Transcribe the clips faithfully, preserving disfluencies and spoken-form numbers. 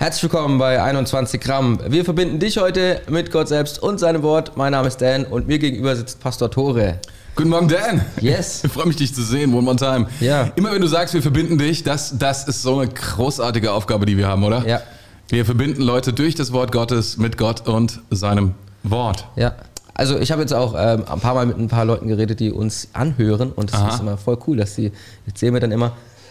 Herzlich willkommen bei einundzwanzig Gramm. Wir verbinden dich heute mit Gott selbst und seinem Wort. Mein Name ist Dan und mir gegenüber sitzt Pastor Tore. Guten Morgen, Dan. Yes. Ich freue mich, dich zu sehen. One more time. Ja. Immer wenn du sagst, wir verbinden dich, das, das ist so eine großartige Aufgabe, die wir haben, oder? Ja. Wir verbinden Leute durch das Wort Gottes mit Gott und seinem Wort. Ja. Also ich habe jetzt auch ähm, ein paar Mal mit ein paar Leuten geredet, die uns anhören und das Aha. ist immer voll cool, dass sie, erzählen mir dann immer,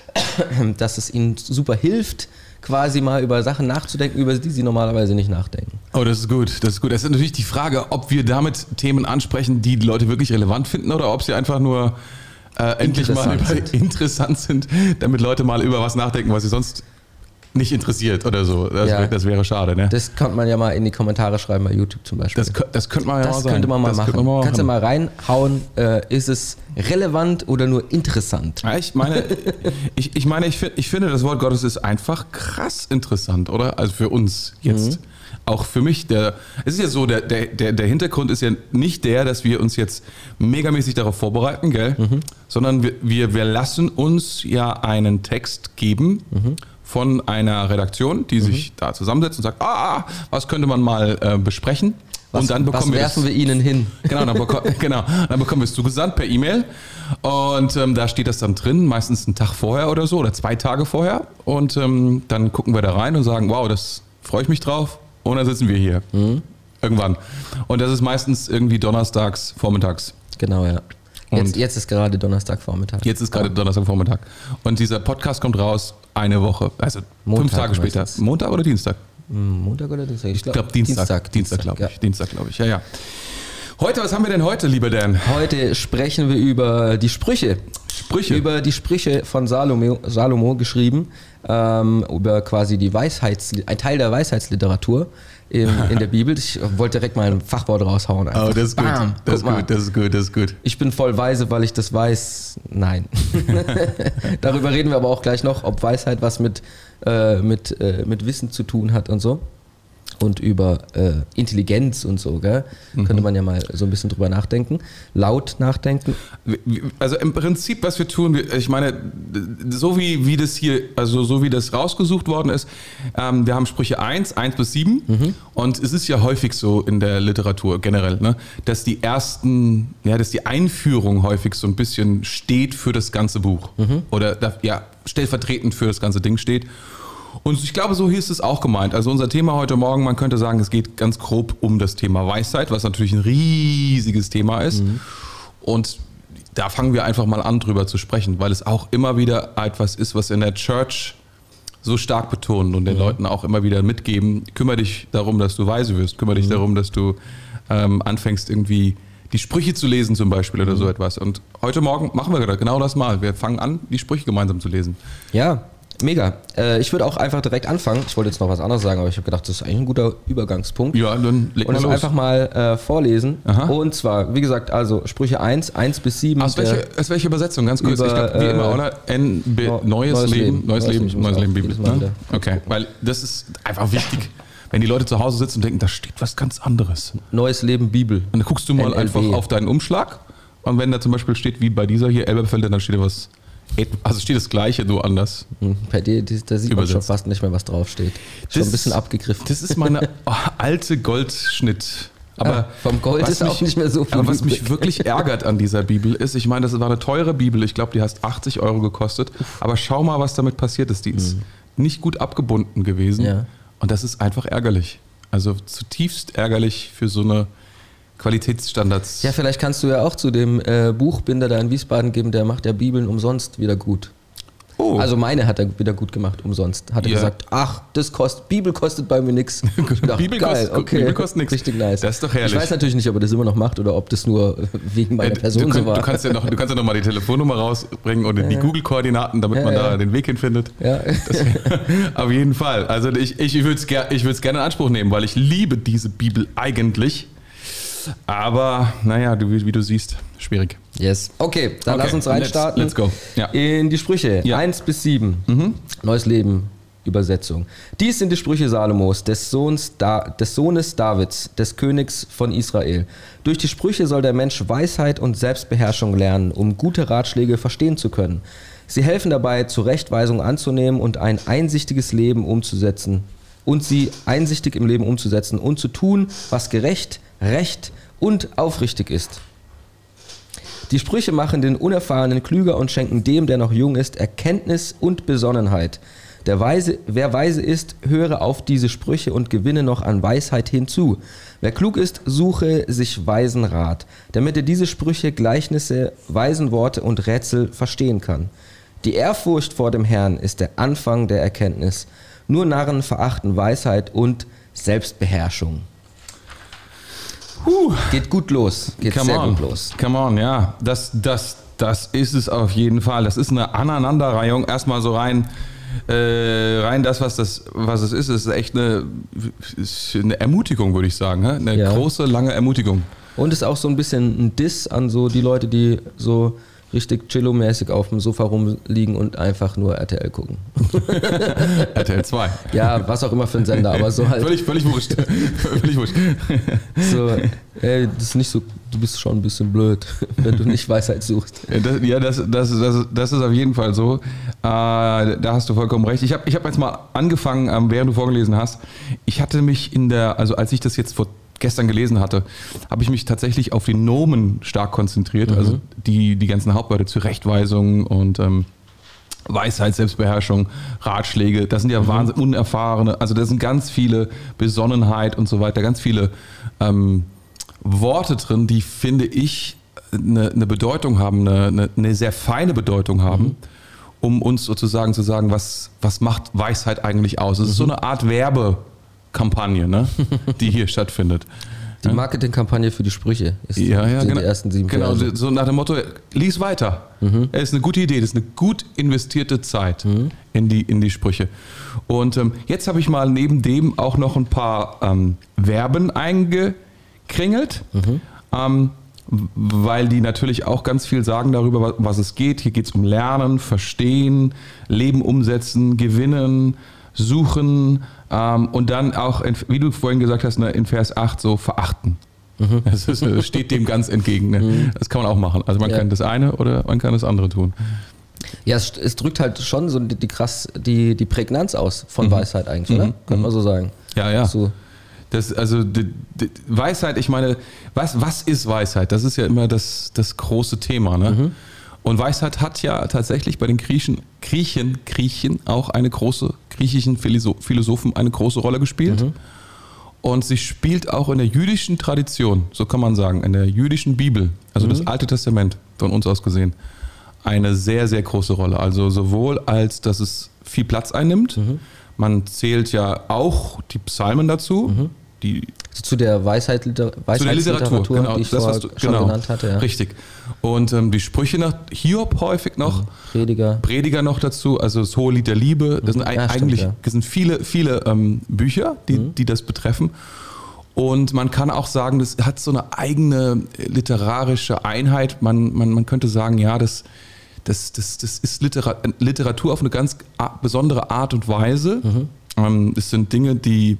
dass es ihnen super hilft, quasi mal über Sachen nachzudenken, über die sie normalerweise nicht nachdenken. Oh, das ist gut, das ist gut. Es ist natürlich die Frage, ob wir damit Themen ansprechen, die die Leute wirklich relevant finden oder ob sie einfach nur äh, endlich mal über, sind. interessant sind, damit Leute mal über was nachdenken, was sie sonst nicht interessiert oder so. Das, Ja. wär, das wäre schade, ne? Das könnte man ja mal in die Kommentare schreiben bei YouTube zum Beispiel. Das, kö- das könnte man ja Das mal sagen. könnte man mal Das machen. könnte man mal Kannst du machen. mal reinhauen, äh, ist es relevant oder nur interessant? Ja, ich meine, ich, ich meine, ich, find, ich finde, das Wort Gottes ist einfach krass interessant, oder? Also für uns jetzt. Mhm. Auch für mich, der, es ist ja so, der, der, der der Hintergrund ist ja nicht der, dass wir uns jetzt megamäßig darauf vorbereiten, gell? Mhm. Sondern wir, wir, wir lassen uns ja einen Text geben Mhm. von einer Redaktion, die sich da zusammensetzt und sagt, ah, ah, was könnte man mal äh, besprechen? Was, und dann was bekommen wir werfen das, wir ihnen hin? Genau, dann, beko genau, dann bekommen wir es zugesandt per E-Mail und ähm, da steht das dann drin, meistens einen Tag vorher oder so oder zwei Tage vorher und ähm, dann gucken wir da rein und sagen, wow, das freue ich mich drauf und dann sitzen wir hier Mhm. irgendwann und das ist meistens irgendwie donnerstags, vormittags. Genau, ja. Und Jetzt, jetzt ist gerade Donnerstagvormittag. Jetzt ist gerade Donnerstagvormittag und dieser Podcast kommt raus eine Woche, also Montag fünf Tage später. meistens. Montag oder Dienstag? Hm, Montag oder Dienstag? Ich glaube Dienstag. Dienstag, glaube ich. ja. Dienstag, glaube ich. Ja, ja. Heute, was haben wir denn heute, lieber Dan? Heute sprechen wir über die Sprüche. Sprüche. Über die Sprüche von Salomo, Salomo geschrieben, ähm, über quasi die Weisheits, ein Teil der Weisheitsliteratur in, in der Bibel. Ich wollte direkt mal ein Fachwort raushauen. Einfach. Oh, das ist gut. Bam, Das ist guck mal. gut, das ist gut, das ist gut. Ich bin voll weise, weil ich das weiß. Nein. Darüber reden wir aber auch gleich noch, ob Weisheit was mit, äh, mit, äh, mit Wissen zu tun hat und so. Und über äh, Intelligenz und so, gell? Mhm. Könnte man ja mal so ein bisschen drüber nachdenken. Laut nachdenken. Also im Prinzip, was wir tun, ich meine, so wie, wie das hier, also so wie das rausgesucht worden ist, ähm, wir haben Sprüche eins, eins bis sieben Mhm. und es ist ja häufig so in der Literatur generell, ne, dass die ersten, ja, dass die Einführung häufig so ein bisschen steht für das ganze Buch Mhm. oder ja, stellvertretend für das ganze Ding steht. Und ich glaube, so hier ist es auch gemeint. Also unser Thema heute Morgen, man könnte sagen, es geht ganz grob um das Thema Weisheit, was natürlich ein riesiges Thema ist. Mhm. Und da fangen wir einfach mal an, drüber zu sprechen, weil es auch immer wieder etwas ist, was in der Church so stark betonen und den Mhm. Leuten auch immer wieder mitgeben. Kümmere dich darum, dass du weise wirst. Kümmere dich Mhm. darum, dass du ähm, anfängst, irgendwie die Sprüche zu lesen zum Beispiel oder Mhm. so etwas. Und heute Morgen machen wir genau das mal. Wir fangen an, die Sprüche gemeinsam zu lesen. Ja, mega. Äh, ich würde auch einfach direkt anfangen. Ich wollte jetzt noch was anderes sagen, aber ich habe gedacht, das ist eigentlich ein guter Übergangspunkt. Ja, dann leg Und mal das los. einfach mal äh, vorlesen. Aha. Und zwar, wie gesagt, also Sprüche eins, eins bis sieben. Aus welcher, aus welcher Übersetzung? Ganz kurz. über, ich glaube, wie äh, immer, oder? N B, Neu- neues, neues Leben, Leben. neues Neues Leben, Leben, neues muss Leben, auch Bibel. jedes Mal Ne? wieder Okay, weil das ist einfach wichtig. Wenn die Leute zu Hause sitzen und denken, da steht was ganz anderes. Neues Leben Bibel. Und dann guckst du mal N L B. einfach auf deinen Umschlag und wenn da zum Beispiel steht, wie bei dieser hier, Elberfelder, dann steht da was, also steht das Gleiche, nur anders. Hm, Bei dir, die- da sieht man schon Übersetzt. fast nicht mehr, was draufsteht. Schon Das- ein bisschen abgegriffen. Das ist meine oh, alte Goldschnitt. Aber Ja, vom Gold was ist auch nicht mehr so viel Aber was mich übrig. wirklich ärgert an dieser Bibel ist, ich meine, das war eine teure Bibel, ich glaube, die hat achtzig Euro gekostet, aber schau mal, was damit passiert ist. Die ist nicht gut abgebunden gewesen Ja. und das ist einfach ärgerlich. Also zutiefst ärgerlich für so eine Qualitätsstandards. Ja, vielleicht kannst du ja auch zu dem äh, Buchbinder da in Wiesbaden geben, der macht ja Bibeln umsonst wieder gut. Oh. Also meine hat er wieder gut gemacht, umsonst. Hat er Ja. gesagt, ach, das kostet, Bibel kostet bei mir nichts. Bibel kostet- Bibel kostet nix. Richtig nice. Das ist doch herrlich. Ich weiß natürlich nicht, ob er das immer noch macht oder ob das nur wegen meiner Äh, Person du, so könnt, war. du, kannst ja noch, du kannst ja noch mal die Telefonnummer rausbringen und die Google-Koordinaten, damit Ja, man da ja. den Weg hinfindet. Ja. Das, auf jeden Fall. Also ich, ich würde es ger ich würd's gerne in Anspruch nehmen, weil ich liebe diese Bibel eigentlich. Aber naja, du, wie du siehst, schwierig. Yes. Okay, dann Okay, lass uns reinstarten. let's- let's go. Ja. In die Sprüche. Ja. eins bis sieben. Neues Leben. Übersetzung. Dies sind die Sprüche Salomos, des Sohns, da, des Sohnes Davids, des Königs von Israel. Durch die Sprüche soll der Mensch Weisheit und Selbstbeherrschung lernen, um gute Ratschläge verstehen zu können. Sie helfen dabei, Zurechtweisung anzunehmen und ein einsichtiges Leben umzusetzen. und sie einsichtig im Leben umzusetzen und zu tun, was gerecht, recht und aufrichtig ist. Die Sprüche machen den Unerfahrenen klüger und schenken dem, der noch jung ist, Erkenntnis und Besonnenheit. Der Weise, wer weise ist, höre auf diese Sprüche und gewinne noch an Weisheit hinzu. Wer klug ist, suche sich weisen Rat, damit er diese Sprüche, Gleichnisse, weisen Worte und Rätsel verstehen kann. Die Ehrfurcht vor dem Herrn ist der Anfang der Erkenntnis. Nur Narren verachten Weisheit und Selbstbeherrschung. Huh. Geht gut los. Geht Come sehr on. gut los. Come on, ja. Das, das, das ist es auf jeden Fall. Das ist eine Aneinanderreihung. Erstmal so rein, äh, rein das, was, das, was es ist, ist echt eine, ist eine Ermutigung, würde ich sagen. Eine ja. große, lange Ermutigung. Und ist auch so ein bisschen ein Diss an so die Leute, die so richtig chillo-mäßig auf dem Sofa rumliegen und einfach nur R T L gucken. R T L zwei. Ja, was auch immer für ein Sender, aber so halt. Völlig, völlig wurscht. Völlig wurscht. So, ey, das ist nicht so, du bist schon ein bisschen blöd, wenn du nicht Weisheit suchst. Ja, das, ja, das, das, das, das ist auf jeden Fall so. Äh, da hast du vollkommen recht. Ich habe ich hab jetzt mal angefangen, ähm, während du vorgelesen hast. Ich hatte mich in der, also als ich das jetzt vor gestern gelesen hatte, habe ich mich tatsächlich auf die Nomen stark konzentriert, mhm. also die, die ganzen Hauptwörter, Zurechtweisung und ähm, Weisheit, Selbstbeherrschung, Ratschläge, das sind ja mhm. wahnsinnig unerfahrene, also da sind ganz viele Besonnenheit und so weiter, ganz viele ähm, Worte drin, die, finde ich, eine, eine Bedeutung haben, eine, eine, eine sehr feine Bedeutung haben, mhm. um uns sozusagen zu sagen, was, was macht Weisheit eigentlich aus? Es mhm. ist so eine Art Werbe- Kampagne, ne, die hier stattfindet. Die Marketingkampagne für die Sprüche ist ja, ja, die, genau, die ersten sieben Genau, Verse. So nach dem Motto, lies weiter. Mhm. Es ist eine gute Idee, das ist eine gut investierte Zeit mhm. in, die, in die Sprüche. Und ähm, jetzt habe ich mal neben dem auch noch ein paar ähm, Verben eingekringelt, mhm. ähm, weil die natürlich auch ganz viel sagen darüber, was es geht. Hier geht es um Lernen, Verstehen, Leben umsetzen, Gewinnen, Suchen, ähm, und dann auch, wie du vorhin gesagt hast, ne, in Vers acht so verachten. Mhm. Das, ist, das steht dem ganz entgegen. Ne? Mhm. Das kann man auch machen. Also man ja. kann das eine oder man kann das andere tun. Ja, es, es drückt halt schon so die, die krass die, die Prägnanz aus von mhm. Weisheit eigentlich, oder? Mhm. Könnte man so sagen. Ja, ja. So. Das, also die, die Weisheit, ich meine, was, was ist Weisheit? Das ist ja immer das, das große Thema. Ne? Mhm. Und Weisheit hat ja tatsächlich bei den Griechen, Griechen, Griechen auch eine große, griechischen Philosophen eine große Rolle gespielt. Mhm. Und sie spielt auch in der jüdischen Tradition, so kann man sagen, in der jüdischen Bibel, also mhm. das Alte Testament, von uns aus gesehen, eine sehr, sehr große Rolle. Also sowohl als, dass es viel Platz einnimmt, mhm. man zählt ja auch die Psalmen dazu, mhm. die zu der Weisheit, Weisheitsliteratur, zu der Literatur, genau, die ich das, vorher was du, schon genau, genannt hatte. Ja. Richtig. Und ähm, die Sprüche nach Hiob häufig noch. Mhm. Prediger. Prediger noch dazu, also das hohe Lied der Liebe. Das sind ja, eigentlich stimmt, ja. das sind viele, viele ähm, Bücher, die, mhm. die das betreffen. Und man kann auch sagen, das hat so eine eigene literarische Einheit. Man, man, man könnte sagen, ja, das, das, das, das ist Literatur auf eine ganz besondere Art und Weise. Mhm. Ähm, das sind Dinge, die,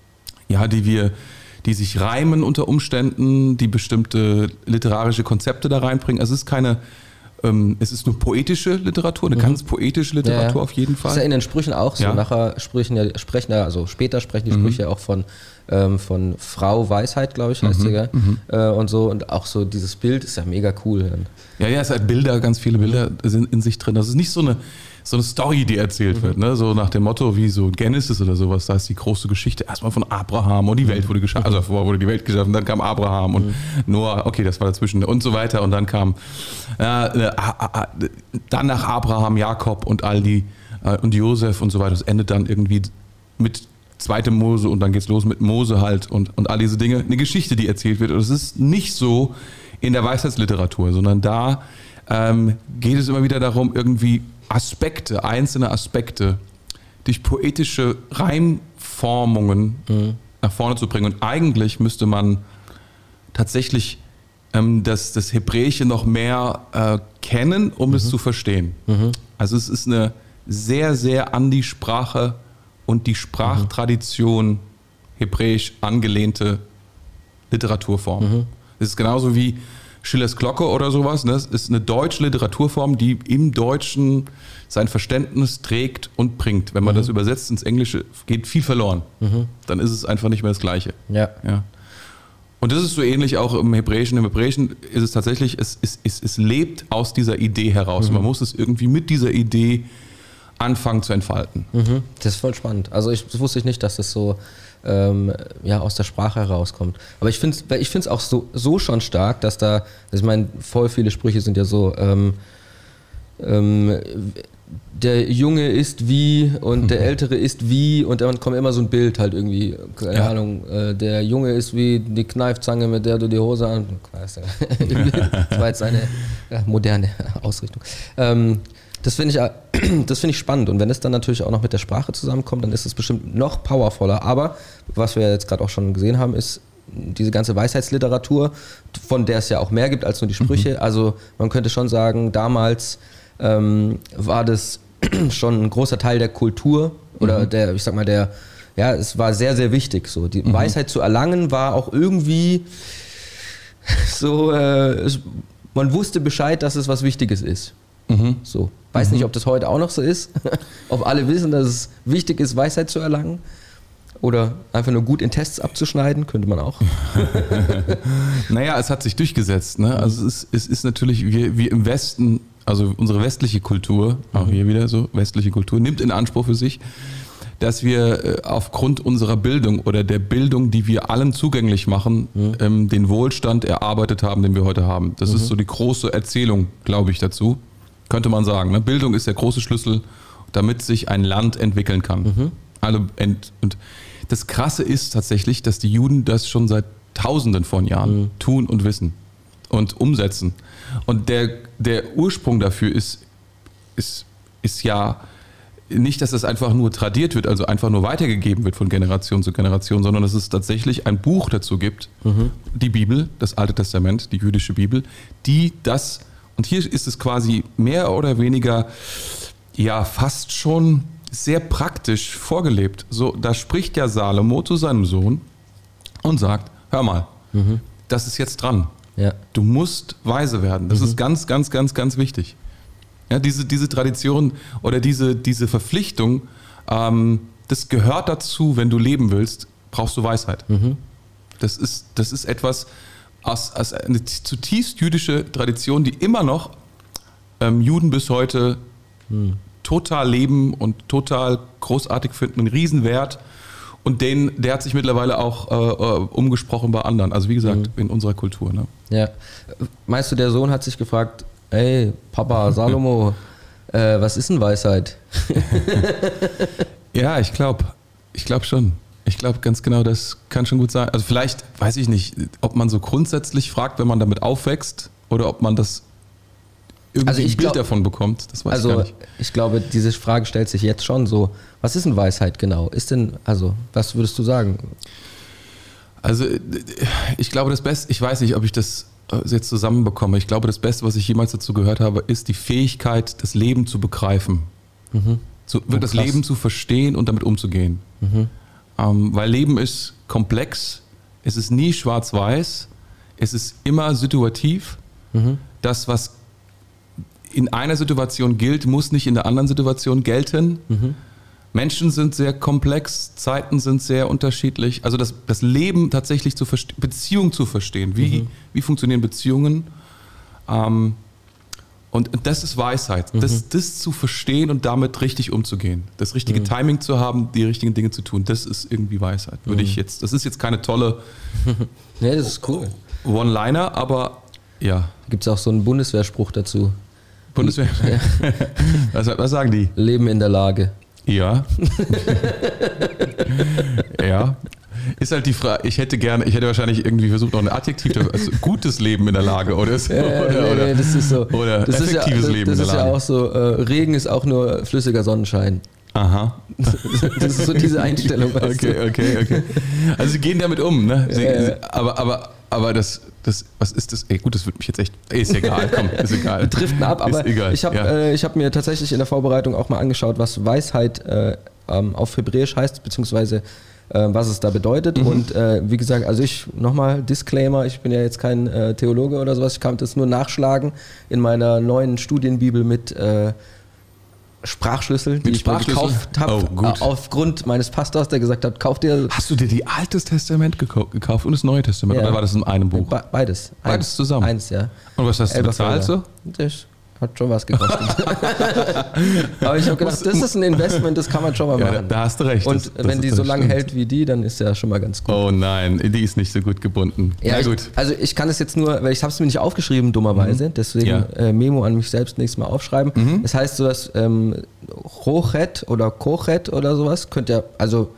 ja, die wir... die sich reimen unter Umständen, die bestimmte literarische Konzepte da reinbringen. Also es ist keine, ähm, es ist nur poetische Literatur, eine mhm. ganz poetische Literatur ja, ja. auf jeden Fall. Das ist ja in den Sprüchen auch so. Ja. Nachher sprechen ja, sprechen ja, also später sprechen die Sprüche mhm. auch von, ähm, von Frau Weisheit, glaube ich, heißt mhm. sie, gell? Mhm. Äh, und so. Und auch so dieses Bild ist ja mega cool. Ja, ja, es hat Bilder, ganz viele Bilder sind in sich drin. Das ist nicht so eine so eine Story, die erzählt mhm. wird, ne? So nach dem Motto wie so Genesis oder sowas, da ist die große Geschichte erstmal von Abraham und die Welt wurde geschaffen, also vorher wurde die Welt geschaffen, dann kam Abraham und mhm. Noah, okay, das war dazwischen und so weiter und dann kam äh, dann nach Abraham Jakob und all die äh, und Josef und so weiter. Das endet dann irgendwie mit zweite Mose und dann geht's los mit Mose halt und, und all diese Dinge. Eine Geschichte, die erzählt wird und es ist nicht so in der Weisheitsliteratur, sondern da ähm, geht es immer wieder darum, irgendwie Aspekte, einzelne Aspekte durch poetische Reimformungen mhm. nach vorne zu bringen. Und eigentlich müsste man tatsächlich ähm, das, das Hebräische noch mehr äh, kennen, um mhm. es zu verstehen. Mhm. Also es ist eine sehr, sehr an die Sprache und die Sprachtradition hebräisch angelehnte Literaturform. Mhm. Es ist genauso wie Schillers Glocke oder sowas. Ne? Das ist eine deutsche Literaturform, die im Deutschen sein Verständnis trägt und bringt. Wenn man mhm. das übersetzt ins Englische, geht viel verloren. Mhm. Dann ist es einfach nicht mehr das Gleiche. Ja. Ja. Und das ist so ähnlich auch im Hebräischen. Im Hebräischen ist es tatsächlich, es, es, es, es lebt aus dieser Idee heraus. Mhm. Man muss es irgendwie mit dieser Idee anfangen zu entfalten. Mhm. Das ist voll spannend. Also ich, das wusste ich nicht, dass das so ähm, ja, aus der Sprache herauskommt. Aber ich finde es ich find's auch so, so schon stark, dass da, also ich meine, voll viele Sprüche sind ja so, ähm, ähm, der Junge ist wie und der Ältere ist wie und dann kommt immer so ein Bild halt irgendwie, keine ja. Ahnung, äh, der Junge ist wie die Kneifzange, mit der du die Hose an... Das war jetzt eine ja, moderne Ausrichtung. Ähm, das finde ich, das finde ich spannend und wenn es dann natürlich auch noch mit der Sprache zusammenkommt, dann ist es bestimmt noch powervoller, aber was wir jetzt gerade auch schon gesehen haben, ist diese ganze Weisheitsliteratur, von der es ja auch mehr gibt als nur die Sprüche, mhm. also man könnte schon sagen, damals ähm, war das schon ein großer Teil der Kultur oder mhm. der, ich sag mal, der, ja, es war sehr, sehr wichtig. So. Die mhm. Weisheit zu erlangen war auch irgendwie so, äh, man wusste Bescheid, dass es was Wichtiges ist. Mhm. So. Weiß mhm. nicht, ob das heute auch noch so ist, ob alle wissen, dass es wichtig ist, Weisheit zu erlangen. Oder einfach nur gut in Tests abzuschneiden, könnte man auch. Naja, es hat sich durchgesetzt. Ne? Also es ist, es ist natürlich, wir, wir im Westen, also unsere westliche Kultur, auch mhm. hier wieder so, westliche Kultur, nimmt in Anspruch für sich, dass wir aufgrund unserer Bildung oder der Bildung, die wir allen zugänglich machen, mhm. ähm, den Wohlstand erarbeitet haben, den wir heute haben. Das mhm. ist so die große Erzählung, glaube ich, dazu. Könnte man sagen. Ne? Bildung ist der große Schlüssel, damit sich ein Land entwickeln kann. Mhm. Alle ent- und das Krasse ist tatsächlich, dass die Juden das schon seit Tausenden von Jahren mhm. tun und wissen und umsetzen. Und der, der Ursprung dafür ist, ist, ist ja nicht, dass es einfach nur tradiert wird, also einfach nur weitergegeben wird von Generation zu Generation, sondern dass es tatsächlich ein Buch dazu gibt, mhm. die Bibel, das Alte Testament, die jüdische Bibel, die das, und hier ist es quasi mehr oder weniger, ja, fast schon sehr praktisch vorgelebt. So, da spricht ja Salomo zu seinem Sohn und sagt, hör mal, mhm. das ist jetzt dran. Ja. Du musst weise werden. Das mhm. ist ganz, ganz, ganz, ganz wichtig. Ja, diese, diese Tradition oder diese, diese Verpflichtung, ähm, das gehört dazu, wenn du leben willst, brauchst du Weisheit. Mhm. Das ist, das ist etwas aus, aus eine zutiefst jüdische Tradition, die immer noch ähm, Juden bis heute mhm. total leben und total großartig finden, einen Riesenwert. Und den, der hat sich mittlerweile auch äh, umgesprochen bei anderen. Also wie gesagt, mhm. in unserer Kultur. Ne? Ja. Meinst du, der Sohn hat sich gefragt, ey, Papa, Salomo, äh, was ist denn Weisheit? Ja, ich glaube, ich glaube schon. Ich glaube ganz genau, das kann schon gut sein. Also vielleicht, weiß ich nicht, ob man so grundsätzlich fragt, wenn man damit aufwächst, oder ob man das irgendwie also ein Bild glaub, davon bekommt. Das weiß also ich gar nicht. Ich glaube, diese Frage stellt sich jetzt schon so. Was ist denn Weisheit genau? Ist denn, also, was würdest du sagen? Also, ich glaube, das Beste, ich weiß nicht, ob ich das jetzt zusammenbekomme. Ich glaube, das Beste, was ich jemals dazu gehört habe, ist die Fähigkeit, das Leben zu begreifen. Mhm. Zu, oh, das Leben zu verstehen und damit umzugehen. Mhm. Ähm, weil Leben ist komplex, es ist nie schwarz-weiß, es ist immer situativ. Mhm. Das, was in einer Situation gilt, muss nicht in der anderen Situation gelten. Mhm. Menschen sind sehr komplex, Zeiten sind sehr unterschiedlich. Also das, das Leben tatsächlich zu verstehen, Beziehung zu verstehen. Wie, mhm. wie funktionieren Beziehungen? Ähm, und das ist Weisheit. Mhm. Das, das zu verstehen und damit richtig umzugehen. Das richtige mhm. Timing zu haben, die richtigen Dinge zu tun. Das ist irgendwie Weisheit. Würde mhm. ich jetzt, das ist jetzt keine tolle nee, das ist cool. One-Liner, aber ja. Gibt es auch so einen Bundeswehrspruch dazu? Bundeswehr? Ja. was, was sagen die? Leben in der Lage. Ja. Ja. Ist halt die Frage, ich hätte gerne, ich hätte wahrscheinlich irgendwie versucht, noch ein Adjektiv, also gutes Leben in der Lage oder so. Ja, oder, nee, oder, das ist so. Oder das effektives ist ja, Leben das in der Lage. Das ist ja Lage. auch so, äh, Regen ist auch nur flüssiger Sonnenschein. Aha. Das ist so diese Einstellung. Okay, du? okay, okay. Also sie gehen damit um, ne? Sie, ja, ja. Aber, aber, aber das, das, was ist das? Ey, gut, das wird mich jetzt echt, ey, ist egal, komm, ist egal. Wir driften ab, aber ich habe ja. äh, ich hab mir tatsächlich in der Vorbereitung auch mal angeschaut, was Weisheit äh, ähm, auf Hebräisch heißt, beziehungsweise äh, was es da bedeutet. Mhm. Und äh, wie gesagt, also ich, nochmal Disclaimer, ich bin ja jetzt kein äh, Theologe oder sowas, ich kann das nur nachschlagen in meiner neuen Studienbibel mit äh, Sprachschlüssel, die mit ich mir gekauft habe, oh, aufgrund meines Pastors, der gesagt hat, kauf dir... Hast du dir die Altes Testament gekau- gekauft und das Neue Testament? Ja. Oder war das in einem Buch? Be- beides. Beides eins, zusammen? Eins, ja. Und was hast du bezahlt so? Das hat schon was gekostet. Aber ich habe gedacht, das ist ein Investment, das kann man schon mal machen. Ja, da hast du recht. Und das, das wenn die so lange stimmt. hält wie die, dann ist ja schon mal ganz gut. Oh nein, die ist nicht so gut gebunden. Ja, Na ich, gut. also ich kann es jetzt nur, weil ich habe es mir nicht aufgeschrieben, dummerweise, Mhm. deswegen Ja. äh, Memo an mich selbst nächstes Mal aufschreiben. Mhm. Das heißt so, dass ähm, Rochet oder Kochet oder sowas, könnt ihr, also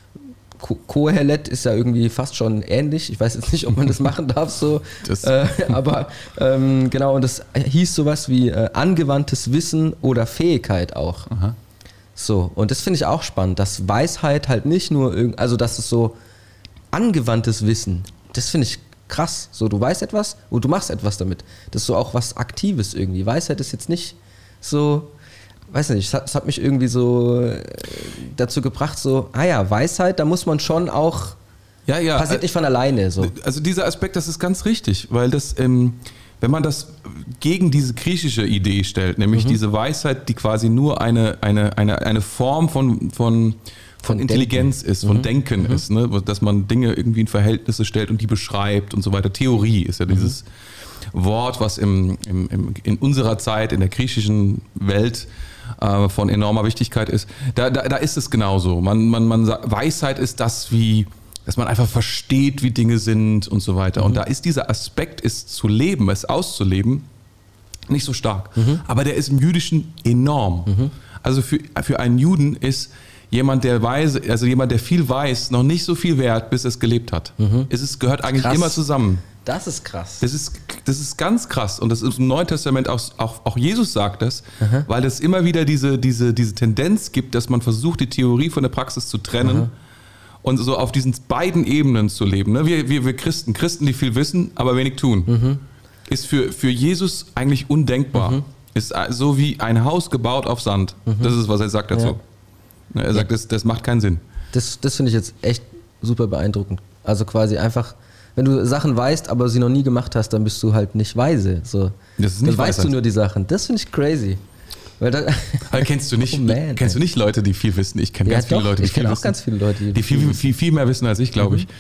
Ko- Kohelet ist ja irgendwie fast schon ähnlich. Ich weiß jetzt nicht, ob man das machen darf so. Das- Äh, aber ähm, genau, und das hieß sowas wie äh, angewandtes Wissen oder Fähigkeit auch. Aha. So, und das finde ich auch spannend, dass Weisheit halt nicht nur irgend, also dass es so angewandtes Wissen, das finde ich krass. So, du weißt etwas und du machst etwas damit. Das ist so auch was Aktives irgendwie. Weisheit ist jetzt nicht so, weiß nicht, es hat, es hat mich irgendwie so äh, dazu gebracht, so, ah ja, Weisheit, da muss man schon auch, Ja, ja. passiert nicht von alleine. So. Also dieser Aspekt, das ist ganz richtig, weil das, ähm, wenn man das gegen diese griechische Idee stellt, nämlich Mhm. diese Weisheit, die quasi nur eine, eine, eine, eine Form von, von, von Von Intelligenz Denken. ist, von Mhm. Denken Mhm. ist, ne? Dass man Dinge irgendwie in Verhältnisse stellt und die beschreibt und so weiter. Theorie ist ja dieses Wort, was im, im, im, in unserer Zeit, in der griechischen Welt äh, von enormer Wichtigkeit ist. Da, da, da ist es genauso. Man, man, man sagt, Weisheit ist das wie, dass man einfach versteht, wie Dinge sind und so weiter. Mhm. Und da ist dieser Aspekt, es zu leben, es auszuleben, nicht so stark. Mhm. Aber der ist im Jüdischen enorm. Mhm. Also für, für einen Juden ist jemand, der weiß, also jemand, der viel weiß, noch nicht so viel wert, bis er es gelebt hat. Mhm. Es ist, gehört eigentlich Krass. immer zusammen. Das ist krass. Das ist, das ist ganz krass und das ist im Neuen Testament auch, auch, auch Jesus sagt das, Aha. weil es immer wieder diese, diese, diese Tendenz gibt, dass man versucht, die Theorie von der Praxis zu trennen. Aha. Und so auf diesen beiden Ebenen zu leben. Ne? Wir, wir, wir Christen, Christen, die viel wissen, aber wenig tun, Mhm. ist für, für Jesus eigentlich undenkbar. Mhm. Ist so wie ein Haus gebaut auf Sand. Mhm. Das ist, was er sagt dazu. Ja. Er sagt, das, das macht keinen Sinn. Das, das finde ich jetzt echt super beeindruckend. Also quasi einfach, wenn du Sachen weißt, aber sie noch nie gemacht hast, dann bist du halt nicht weise. So. Das ist Dann nicht weißt Weisheit. du nur die Sachen. Das finde ich crazy. Weil da, Aber kennst du nicht, Oh man, kennst du nicht Leute, die viel wissen? Ich kenne ja, ganz viele doch, Leute, die ich viel kenne auch wissen. ganz viele Leute, Die viel, viel, viel mehr wissen als ich, glaube ich.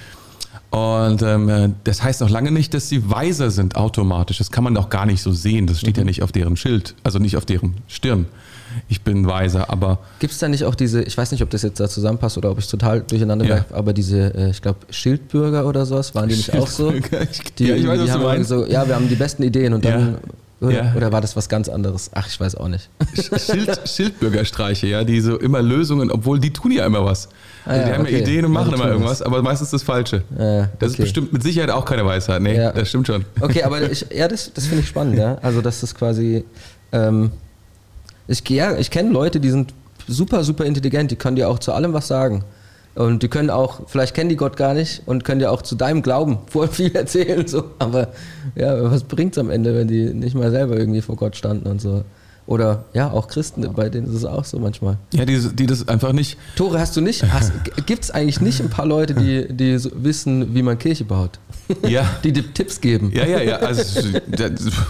Und ähm, das heißt noch lange nicht, dass sie weiser sind automatisch. Das kann man auch gar nicht so sehen. Das steht Mhm. ja nicht auf deren Schild, also nicht auf deren Stirn. Ich bin weiser, aber Gibt es da nicht auch diese, ich weiß nicht, ob das jetzt da zusammenpasst oder ob ich total durcheinander Ja. werfe, aber diese, äh, ich glaube, Schildbürger oder sowas, waren die nicht auch so? Die, ja, ich weiß, die was haben du meinst. so, ja, wir haben die besten Ideen und dann, Ja. oder, Ja. oder war das was ganz anderes? Ach, ich weiß auch nicht. Schild, Schildbürgerstreiche, ja, die so immer Lösungen, obwohl die tun ja immer was. Ah Also ja, die haben ja okay. Ideen und Ja, machen die immer tun irgendwas, aber meistens das Falsche. Äh, Das ist okay. bestimmt mit Sicherheit auch keine Weisheit. Nee, Ja. das stimmt schon. Okay, aber ich, ja, das, das finde ich spannend, ja. Also, dass das quasi, ähm, ich, ja, ich kenne Leute, die sind super, super intelligent, die können dir auch zu allem was sagen. Und die können auch, vielleicht kennen die Gott gar nicht und können dir auch zu deinem Glauben voll viel erzählen, so. Aber ja, was bringt's am Ende, wenn die nicht mal selber irgendwie vor Gott standen und so. Oder ja, auch Christen, bei denen ist es auch so manchmal. Ja, die, die das einfach nicht. Tore, hast du nicht? Gibt es eigentlich nicht ein paar Leute, die, die so wissen, wie man Kirche baut? Ja. Die dir Tipps geben? Ja, ja, ja. Also, das,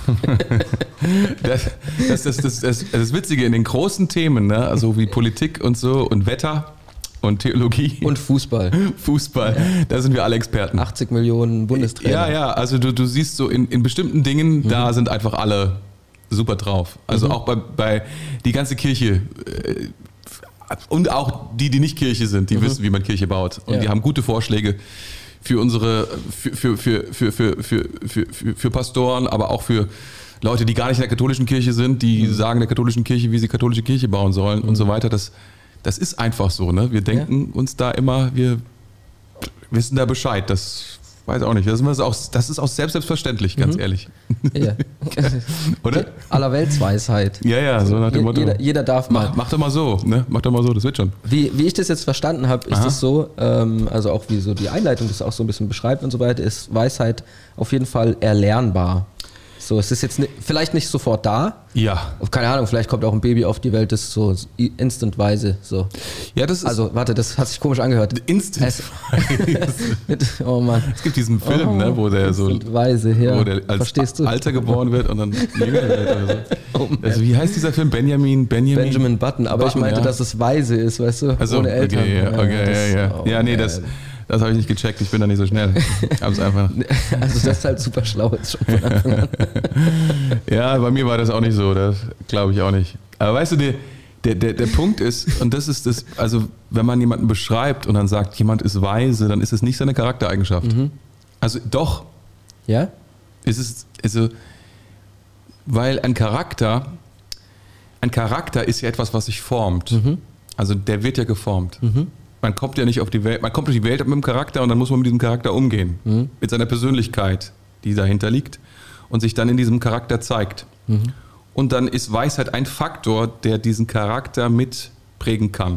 das, das, das, das, das, das Witzige in den großen Themen, ne? Also wie Politik und so und Wetter und Theologie Und Fußball. Fußball, da sind wir alle Experten. achtzig Millionen Bundestrainer. Ja, ja, also du, du siehst so in, in bestimmten Dingen, Mhm. da sind einfach alle super drauf. Also Mhm. auch bei, bei die ganze Kirche äh, und auch die, die nicht Kirche sind, die Mhm. wissen, wie man Kirche baut. Und Ja. die haben gute Vorschläge für unsere, für, für, für, für, für, für, für, für, für Pastoren, aber auch für Leute, die gar nicht in der katholischen Kirche sind, die Mhm. sagen der katholischen Kirche, wie sie katholische Kirche bauen sollen und so weiter. Das, das ist einfach so. Ne? Wir denken uns da immer, wir wissen da Bescheid. Das weiß auch nicht. Das ist auch, das ist auch selbst selbstverständlich, ganz Mhm. ehrlich. Ja. Oder? Allerweltsweisheit. Ja, ja, so nach dem Je- Motto. Jeder, jeder darf mal. Mach, mach doch mal so, ne? Mach doch mal so, das wird schon. Wie, wie ich das jetzt verstanden habe, ist Aha. es so, ähm, also auch wie so die Einleitung das auch so ein bisschen beschreibt und so weiter, ist Weisheit auf jeden Fall erlernbar. So, es ist jetzt ni- vielleicht nicht sofort da. Ja. Keine Ahnung, vielleicht kommt auch ein Baby auf die Welt, das so instantweise so. Ja, das ist Also, warte, das hat sich komisch angehört. instant. Es, mit, oh Mann. Es gibt diesen Film, Oh, ne, wo der so Weise, ja. wo der als Verstehst du? Alter geboren wird und dann jünger wird oder so. Oh, man. Also, wie heißt dieser Film? Benjamin, Benjamin? Benjamin Button, aber Button, ich meinte, ja. dass es weise ist, weißt du, Also, ohne Eltern. okay, ja, okay, das- ja, ja. oh, ja, nee, man. das, das habe ich nicht gecheckt. Ich bin da nicht so schnell. Ich hab's einfach. Also das ist halt super schlau jetzt schon von Anfang an. Ja, bei mir war das auch nicht so. Das glaube ich auch nicht. Aber weißt du, der, der, der, der Punkt ist, und das ist das, also wenn man jemanden beschreibt und dann sagt, jemand ist weise, dann ist es nicht seine Charaktereigenschaft. Mhm. Also doch, Ja? ist es, also, weil ein Charakter, ein Charakter ist ja etwas, was sich formt. Mhm. Also der wird ja geformt. Mhm. Man kommt ja nicht auf die Welt, man kommt durch die Welt mit dem Charakter und dann muss man mit diesem Charakter umgehen. Mhm. Mit seiner Persönlichkeit, die dahinter liegt und sich dann in diesem Charakter zeigt. Mhm. Und dann ist Weisheit ein Faktor, der diesen Charakter mitprägen kann.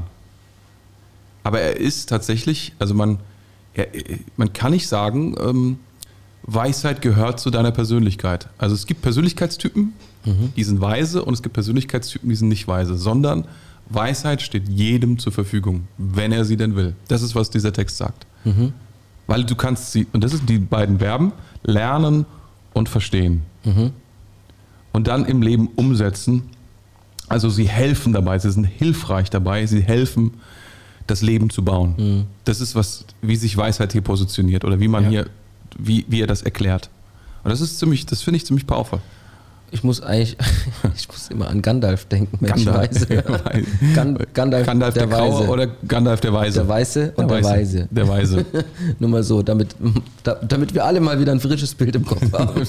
Aber er ist tatsächlich, also man, er, man kann nicht sagen, ähm, Weisheit gehört zu deiner Persönlichkeit. Also es gibt Persönlichkeitstypen, Mhm. die sind weise und es gibt Persönlichkeitstypen, die sind nicht weise, sondern Weisheit steht jedem zur Verfügung, wenn er sie denn will. Das ist, was dieser Text sagt. Mhm. Weil du kannst sie, und das sind die beiden Verben, lernen und verstehen. Mhm. Und dann im Leben umsetzen. Also sie helfen dabei, sie sind hilfreich dabei, sie helfen, das Leben zu bauen. Mhm. Das ist, was, wie sich Weisheit hier positioniert oder wie man Ja. hier, wie, wie er das erklärt. Und das ist ziemlich, das finde ich ziemlich powerful. Ich muss eigentlich, ich muss immer an Gandalf denken, Mensch, Gandalf. Weise. Gan, Gandalf, Gandalf der, der Graue Weise. oder Gandalf der Weise? Der Weiße und der, Weiße. Weise. Der Weise. Nur mal so, damit, da, damit wir alle mal wieder ein frisches Bild im Kopf haben.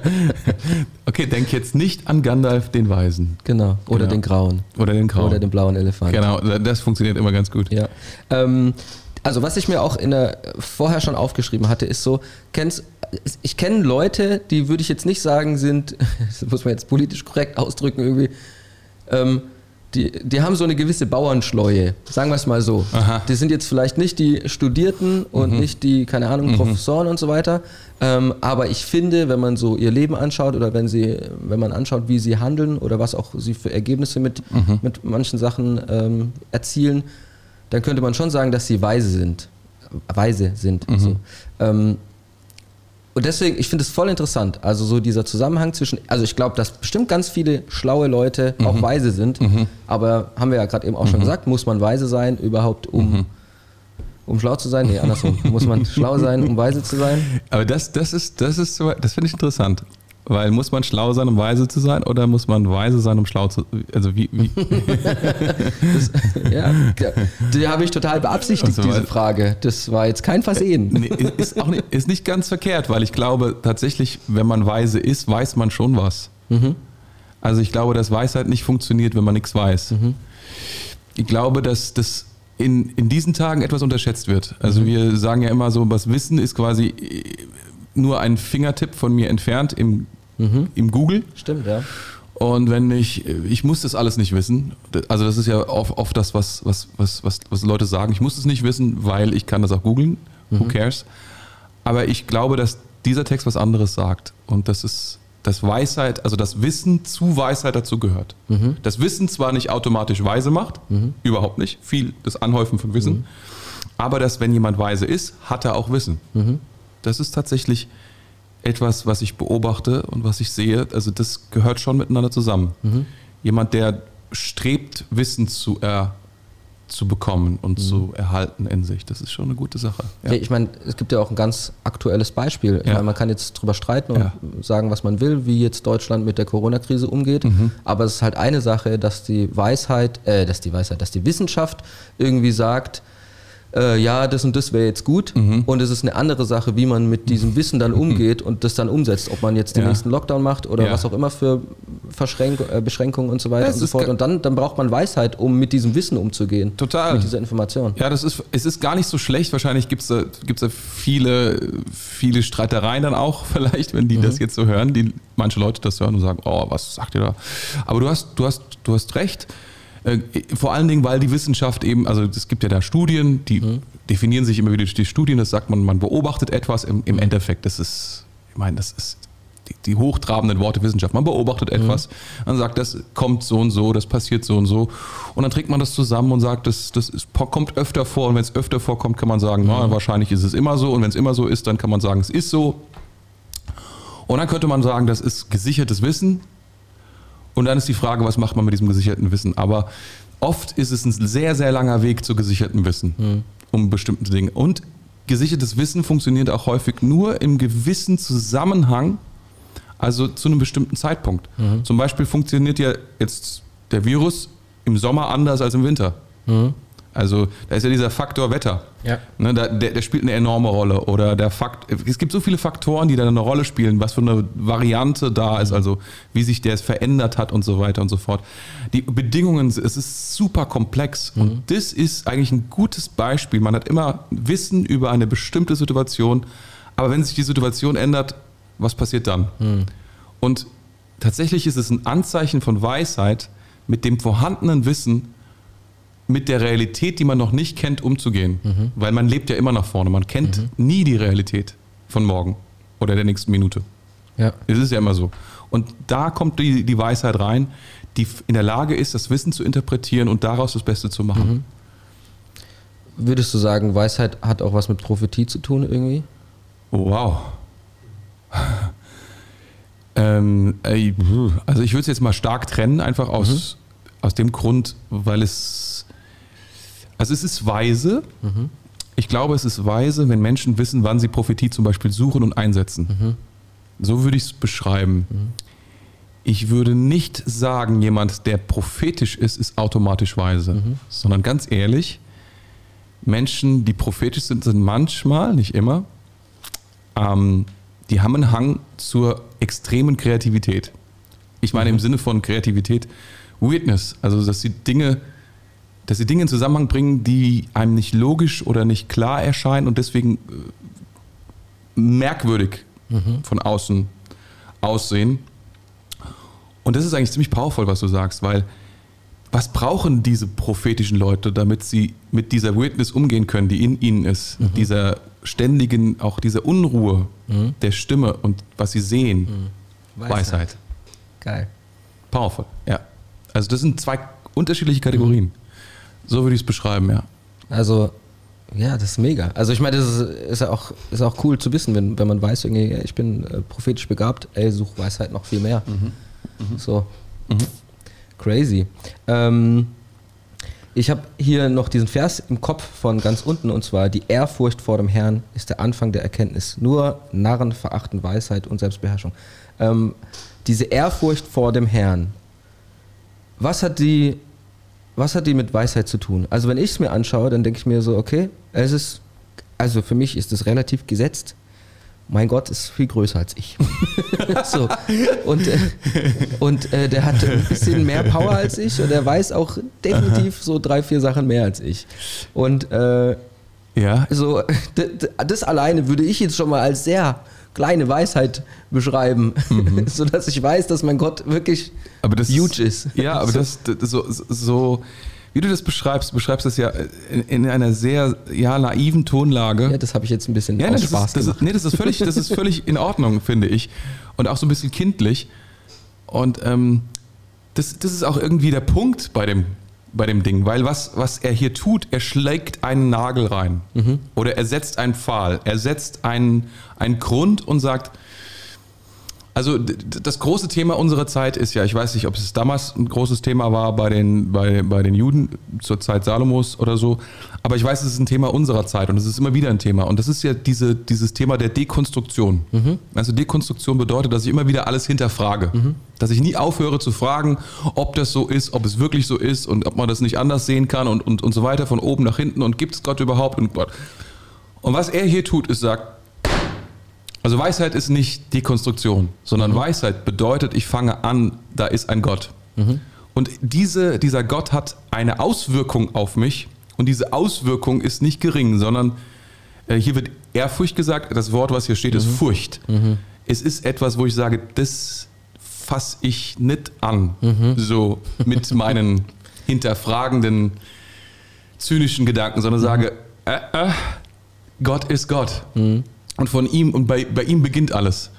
Okay, denk jetzt nicht an Gandalf den Weisen. Genau. Oder Genau. den Grauen. Oder den Grauen. Oder den blauen Elefant. Genau, das funktioniert immer ganz gut. Ja. Ähm, also was ich mir auch in der, vorher schon aufgeschrieben hatte, ist so, kennst, ich kenne Leute, die würde ich jetzt nicht sagen sind, das muss man jetzt politisch korrekt ausdrücken irgendwie, ähm, die, die haben so eine gewisse Bauernschleue, sagen wir es mal so. Aha. Die sind jetzt vielleicht nicht die Studierten und Mhm. nicht die, keine Ahnung, Mhm. Professoren und so weiter, ähm, aber ich finde, wenn man so ihr Leben anschaut oder wenn sie, wenn man anschaut, wie sie handeln oder was auch sie für Ergebnisse mit, Mhm. mit manchen Sachen ähm, erzielen, dann könnte man schon sagen, dass sie weise sind. Weise sind. Mhm. So. Ähm, und deswegen, ich finde es voll interessant. Also so dieser Zusammenhang zwischen, also ich glaube, dass bestimmt ganz viele schlaue Leute auch weise sind, Mhm. aber haben wir ja gerade eben auch schon gesagt, muss man weise sein überhaupt, um, Mhm. um schlau zu sein? Nee, andersrum. Muss man schlau sein, um weise zu sein? Aber das, das ist, das ist, so- das finde ich interessant. Weil muss man schlau sein, um weise zu sein, oder muss man weise sein, um schlau zu sein? Also wie, wie? Das, ja, ja, die habe ich total beabsichtigt, Also, diese weil- Frage. Das war jetzt kein Versehen. Nee, ist, auch nicht, ist nicht ganz verkehrt, weil ich glaube tatsächlich, wenn man weise ist, weiß man schon was. Mhm. Also ich glaube, dass Weisheit nicht funktioniert, wenn man nichts weiß. Mhm. Ich glaube, dass das in, in diesen Tagen etwas unterschätzt wird. Also Mhm. wir sagen ja immer so, was Wissen ist quasi äh, nur ein Fingertipp von mir entfernt im, Mhm. im Google. Stimmt, ja. Und wenn ich, ich muss das alles nicht wissen. Also das ist ja oft, oft das, was, was, was, was, was Leute sagen. Ich muss es nicht wissen, weil ich kann das auch googeln. Who cares? Aber ich glaube, dass dieser Text was anderes sagt. Und das ist, dass Weisheit, also das Wissen zu Weisheit dazu gehört. Mhm. Das Wissen zwar nicht automatisch weise macht, Mhm. überhaupt nicht. Viel das Anhäufen von Wissen. Mhm. Aber dass, wenn jemand weise ist, hat er auch Wissen. Mhm. Das ist tatsächlich etwas, was ich beobachte und was ich sehe. Also das gehört schon miteinander zusammen. Mhm. Jemand, der strebt, Wissen zu, er, zu bekommen und zu erhalten in sich. Das ist schon eine gute Sache. Ja. Ich meine, es gibt ja auch ein ganz aktuelles Beispiel. Ich Ja. meine, man kann jetzt drüber streiten und Ja. sagen, was man will, wie jetzt Deutschland mit der Corona-Krise umgeht. Mhm. Aber es ist halt eine Sache, dass die Weisheit, äh, dass die Weisheit, dass die Wissenschaft irgendwie sagt, äh, ja, das und das wäre jetzt gut. Mhm. Und es ist eine andere Sache, wie man mit diesem Wissen dann umgeht und das dann umsetzt. Ob man jetzt den Ja. nächsten Lockdown macht oder Ja. was auch immer für Verschränk äh, Beschränkungen und so weiter Das und so ist fort. ge- Und dann, dann braucht man Weisheit, um mit diesem Wissen umzugehen. Total. Mit dieser Information. Ja, das ist, es ist gar nicht so schlecht. Wahrscheinlich gibt es da, gibt's da viele, viele Streitereien dann auch vielleicht, wenn die das jetzt so hören, die manche Leute das hören und sagen, oh, was sagt ihr da? Aber du hast, du hast, du hast recht. Äh, vor allen Dingen, weil die Wissenschaft eben, also es gibt ja da Studien, die Mhm. definieren sich immer wieder durch die Studien, das sagt man, man beobachtet etwas im, im Endeffekt. Das ist, ich meine, das ist die, die hochtrabenden Worte Wissenschaft. Man beobachtet mhm. etwas, man sagt, das kommt so und so, das passiert so und so. Und dann trägt man das zusammen und sagt, das, das ist, kommt öfter vor. Und wenn es öfter vorkommt, kann man sagen, mhm. na, wahrscheinlich ist es immer so. Und wenn es immer so ist, dann kann man sagen, es ist so. Und dann könnte man sagen, das ist gesichertes Wissen. Und dann ist die Frage, was macht man mit diesem gesicherten Wissen? Aber oft ist es ein sehr, sehr langer Weg zu gesichertem Wissen, mhm. um bestimmte Dinge. Und gesichertes Wissen funktioniert auch häufig nur im gewissen Zusammenhang, also zu einem bestimmten Zeitpunkt. Mhm. Zum Beispiel funktioniert ja jetzt der Virus im Sommer anders als im Winter. Mhm. Also da ist ja dieser Faktor Wetter. Ja. Ne, der, der spielt eine enorme Rolle. Oder der Fakt, es gibt so viele Faktoren, die da eine Rolle spielen, was für eine Variante da ist, also wie sich der verändert hat und so weiter und so fort. Die Bedingungen, es ist super komplex. Mhm. Und das ist eigentlich ein gutes Beispiel. Man hat immer Wissen über eine bestimmte Situation, aber wenn sich die Situation ändert, was passiert dann? Mhm. Und tatsächlich ist es ein Anzeichen von Weisheit, mit dem vorhandenen Wissen mit der Realität, die man noch nicht kennt, umzugehen. Mhm. Weil man lebt ja immer nach vorne. Man kennt mhm. nie die Realität von morgen oder der nächsten Minute. Ja. Es ist ja immer so. Und da kommt die, die Weisheit rein, die in der Lage ist, das Wissen zu interpretieren und daraus das Beste zu machen. Mhm. Würdest du sagen, Weisheit hat auch was mit Prophetie zu tun irgendwie? Oh, wow. ähm, also ich würde es jetzt mal stark trennen, einfach aus, mhm. aus dem Grund, weil es Also es ist weise, mhm. ich glaube, es ist weise, wenn Menschen wissen, wann sie Prophetie zum Beispiel suchen und einsetzen. Mhm. So würde ich es beschreiben. Mhm. Ich würde nicht sagen, jemand, der prophetisch ist, ist automatisch weise, mhm. sondern ganz ehrlich, Menschen, die prophetisch sind, sind manchmal, nicht immer, ähm, die haben einen Hang zur extremen Kreativität. Ich meine mhm. im Sinne von Kreativität, Weirdness, also dass sie Dinge... dass sie Dinge in Zusammenhang bringen, die einem nicht logisch oder nicht klar erscheinen und deswegen merkwürdig mhm. von außen aussehen. Und das ist eigentlich ziemlich powerful, was du sagst, weil was brauchen diese prophetischen Leute, damit sie mit dieser Weirdness umgehen können, die in ihnen ist, mhm. dieser ständigen, auch dieser Unruhe mhm. der Stimme und was sie sehen, mhm. Weisheit. Weisheit. Geil. Powerful, ja. Also das sind zwei unterschiedliche Kategorien. Mhm. So würde ich es beschreiben, ja. Also, ja, das ist mega. Also ich meine, das ist, ist, ja auch, ist auch cool zu wissen, wenn, wenn man weiß, irgendwie, ich bin äh, prophetisch begabt, ey, such Weisheit noch viel mehr. Mhm. Mhm. So. Mhm. Crazy. Ähm, ich habe hier noch diesen Vers im Kopf von ganz unten, und zwar: Die Ehrfurcht vor dem Herrn ist der Anfang der Erkenntnis. Nur Narren verachten Weisheit und Selbstbeherrschung. Ähm, diese Ehrfurcht vor dem Herrn, was hat die... Was hat die mit Weisheit zu tun? Also wenn ich es mir anschaue, dann denke ich mir so, okay, es ist, also für mich ist es relativ gesetzt. Mein Gott ist viel größer als ich. so. Und, äh, und äh, der hat ein bisschen mehr Power als ich und er weiß auch definitiv so drei, vier Sachen mehr als ich. Und äh, ja. so, d- das alleine würde ich jetzt schon mal als sehr kleine Weisheit beschreiben, mhm. sodass ich weiß, dass mein Gott wirklich aber das, huge ist. Ja, aber so. das, das so, so, wie du das beschreibst, du beschreibst das ja in, in einer sehr ja, naiven Tonlage. Ja, das habe ich jetzt ein bisschen ja, aus das Spaß ist, das gemacht. Ist, nee, das ist völlig, das ist völlig in Ordnung, finde ich. Und auch so ein bisschen kindlich. Und ähm, das, das ist auch irgendwie der Punkt bei dem, bei dem Ding, weil was, was er hier tut, er schlägt einen Nagel rein mhm. oder er setzt einen Pfahl, er setzt einen, einen Grund und sagt, also das große Thema unserer Zeit ist ja, ich weiß nicht, ob es damals ein großes Thema war bei den, bei, bei den Juden zur Zeit Salomos oder so, aber ich weiß, es ist ein Thema unserer Zeit und es ist immer wieder ein Thema und das ist ja diese, dieses Thema der Dekonstruktion. Mhm. Also Dekonstruktion bedeutet, dass ich immer wieder alles hinterfrage, mhm. dass ich nie aufhöre zu fragen, ob das so ist, ob es wirklich so ist und ob man das nicht anders sehen kann und, und, und so weiter, von oben nach hinten und gibt es Gott überhaupt und Gott. Und was er hier tut, ist sagt, also Weisheit ist nicht Dekonstruktion, sondern mhm. Weisheit bedeutet, ich fange an, da ist ein Gott. Mhm. Und diese, dieser Gott hat eine Auswirkung auf mich und diese Auswirkung ist nicht gering, sondern äh, hier wird Ehrfurcht gesagt, das Wort, was hier steht, mhm. ist Furcht. Mhm. Es ist etwas, wo ich sage, das fasse ich nicht an, mhm. so mit meinen hinterfragenden, zynischen Gedanken, sondern mhm. sage, äh, äh, Gott ist Gott. Mhm. Und von ihm, und bei, bei ihm beginnt alles.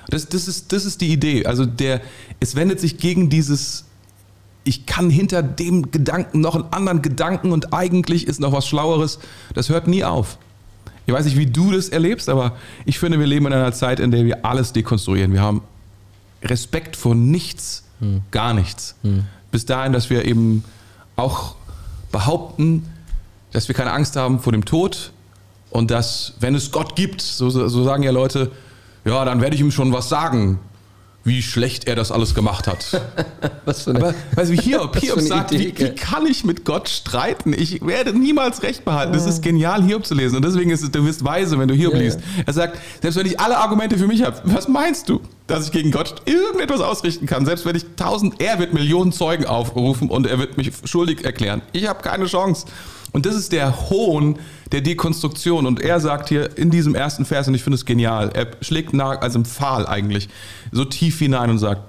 Das, das, ist, das ist die Idee. Also der, es wendet sich gegen dieses, ich kann hinter dem Gedanken noch einen anderen Gedanken und eigentlich ist noch was Schlaueres. Das hört nie auf. Ich weiß nicht, wie du das erlebst, aber ich finde, wir leben in einer Zeit, in der wir alles dekonstruieren. Wir haben Respekt vor nichts, hm. gar nichts. Hm. Bis dahin, dass wir eben auch behaupten, dass wir keine Angst haben vor dem Tod und dass, wenn es Gott gibt, so, so sagen ja Leute, ja, dann werde ich ihm schon was sagen, wie schlecht er das alles gemacht hat. Was für eine, aber weißt du, wie Hiob, Hiob sagt, Idee, wie, wie kann ich mit Gott streiten? Ich werde niemals Recht behalten. Es ist genial, Hiob zu lesen. Und deswegen ist es, du wirst weise, wenn du Hiob ja, liest. Er sagt, selbst wenn ich alle Argumente für mich habe, was meinst du, dass ich gegen Gott irgendetwas ausrichten kann? Selbst wenn ich tausend, er wird Millionen Zeugen aufrufen und er wird mich schuldig erklären. Ich habe keine Chance. Und das ist der Hohn der Dekonstruktion. Und er sagt hier in diesem ersten Vers, und ich finde es genial, er schlägt nach, also im Pfahl eigentlich, so tief hinein und sagt,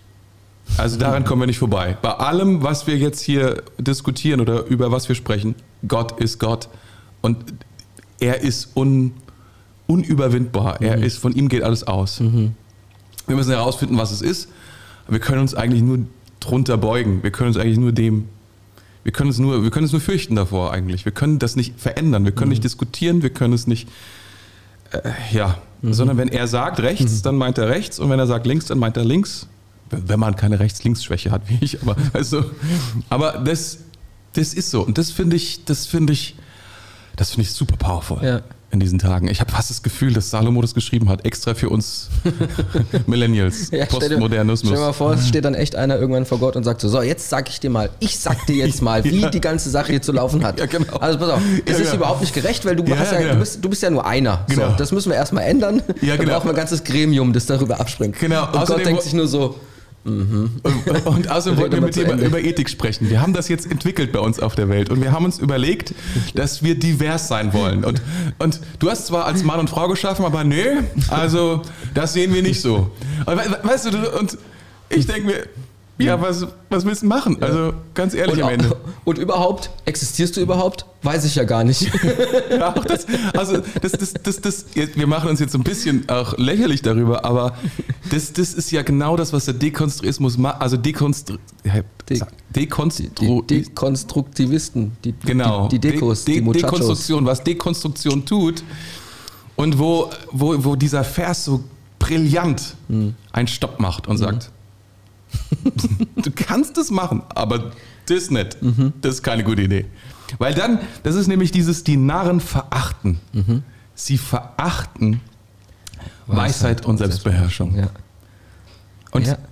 also daran kommen wir nicht vorbei. Bei allem, was wir jetzt hier diskutieren oder über was wir sprechen, Gott ist Gott. Und er ist un, unüberwindbar. Er mhm. ist, von ihm geht alles aus. Mhm. Wir müssen herausfinden, was es ist. Wir können uns eigentlich nur drunter beugen. Wir können uns eigentlich nur dem Wir können, uns nur, wir können uns nur fürchten davor eigentlich. Wir können das nicht verändern. Wir können mhm. nicht diskutieren. Wir können es nicht, äh, ja. Mhm. Sondern wenn er sagt rechts, mhm. dann meint er rechts. Und wenn er sagt links, dann meint er links. Wenn man keine Rechts-Links-Schwäche hat wie ich. Aber, also, aber das, das ist so. Und das finde ich, das finde ich, das finde ich super powerful. Ja. In diesen Tagen. Ich habe fast das Gefühl, dass Salomo das geschrieben hat, extra für uns Millennials, ja, Postmodernismus. Stell dir mal vor, es steht dann echt einer irgendwann vor Gott und sagt so, so, jetzt sag ich dir mal, ich sag dir jetzt mal, wie ja. die ganze Sache hier zu laufen hat. Ja, genau. Also pass auf, es ja, ist ja. überhaupt nicht gerecht, weil du, ja, hast ja, genau. du, bist, du bist ja nur einer. Genau. So, das müssen wir erstmal ändern. Ja, genau. Dann brauchen wir ein ganzes Gremium, das darüber abspringt. Genau. Und außerdem Gott denkt sich nur so, Mhm. Und, und außerdem wollten wir mit dir über Ethik sprechen. Wir haben das jetzt entwickelt bei uns auf der Welt und wir haben uns überlegt, dass wir divers sein wollen. Und, und du hast zwar als Mann und Frau geschaffen, aber nee, also das sehen wir nicht so. Und, weißt du, und ich denke mir, ja, was, was willst du machen? Ja. Also ganz ehrlich und, am Ende. Und überhaupt, existierst du überhaupt? Weiß ich ja gar nicht. Ja, auch das, also das, das, das, das, wir machen uns jetzt ein bisschen auch lächerlich darüber, aber das, das ist ja genau das, was der Dekonstruismus macht. Also Dekonstru, De, Dekonstru, die Dekonstruktivisten, die, genau, die, die Dekos, De, De, die Muchachos. Dekonstruktion, was Dekonstruktion tut und wo, wo, wo dieser Vers so brillant hm. einen Stopp macht und sagt, hm. du kannst es machen, aber das nicht. Mhm. Das ist keine gute Idee. Weil dann, das ist nämlich dieses, die Narren verachten. Mhm. Sie verachten Weisheit, Weisheit und Selbstbeherrschung. Ja. Und ja.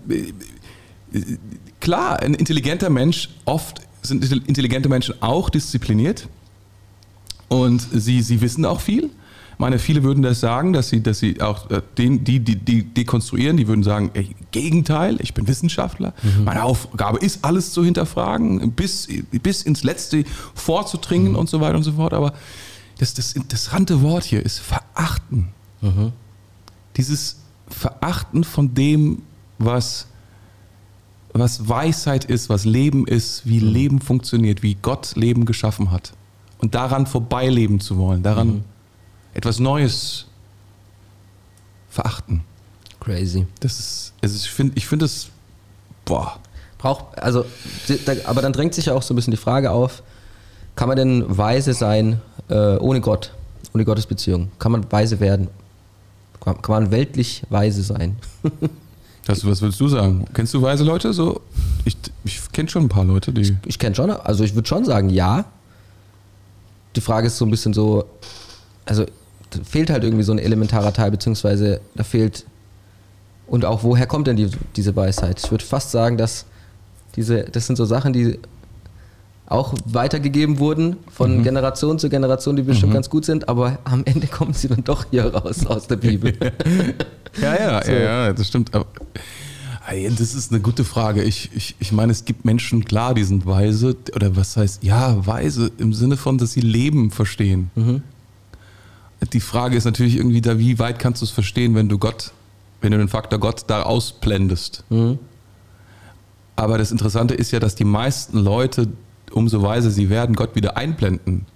klar, ein intelligenter Mensch, oft sind intelligente Menschen auch diszipliniert und sie, sie wissen auch viel. Ich meine, viele würden das sagen, dass sie, dass sie auch den, die, die, die dekonstruieren, die würden sagen, ey, Gegenteil, ich bin Wissenschaftler, mhm. meine Aufgabe ist, alles zu hinterfragen, bis, bis ins Letzte vorzudringen mhm. und so weiter und so fort. Aber das, das interessante Wort hier ist verachten. Mhm. Dieses Verachten von dem, was, was Weisheit ist, was Leben ist, wie mhm. Leben funktioniert, wie Gott Leben geschaffen hat. Und daran vorbeileben zu wollen, daran mhm. etwas Neues verachten. Crazy. Das ist, also ich finde, ich finde das, boah. Braucht, also, aber dann drängt sich ja auch so ein bisschen die Frage auf, kann man denn weise sein äh, ohne Gott, ohne Gottes Beziehung? Kann man weise werden? Kann, kann man weltlich weise sein? Das, was willst du sagen? Kennst du weise Leute? So, ich ich kenne schon ein paar Leute, die... Ich, ich kenne schon, also ich würde schon sagen, ja. Die Frage ist so ein bisschen so, also da fehlt halt irgendwie so ein elementarer Teil, beziehungsweise da fehlt, und auch woher kommt denn die, diese Weisheit? Ich würde fast sagen, dass diese, das sind so Sachen, die auch weitergegeben wurden von mhm. Generation zu Generation, die bestimmt mhm. ganz gut sind, aber am Ende kommen sie dann doch hier raus aus der Bibel. ja, ja, so. ja, ja, das stimmt. Aber, das ist eine gute Frage. Ich, ich, ich meine, es gibt Menschen, klar, die sind weise, oder was heißt, ja, weise im Sinne von, dass sie Leben verstehen. Mhm. Die Frage ist natürlich irgendwie da, wie weit kannst du es verstehen, wenn du Gott, wenn du den Faktor Gott da ausblendest. Mhm. Aber das Interessante ist ja, dass die meisten Leute, umso weiser sie werden, Gott wieder einblenden.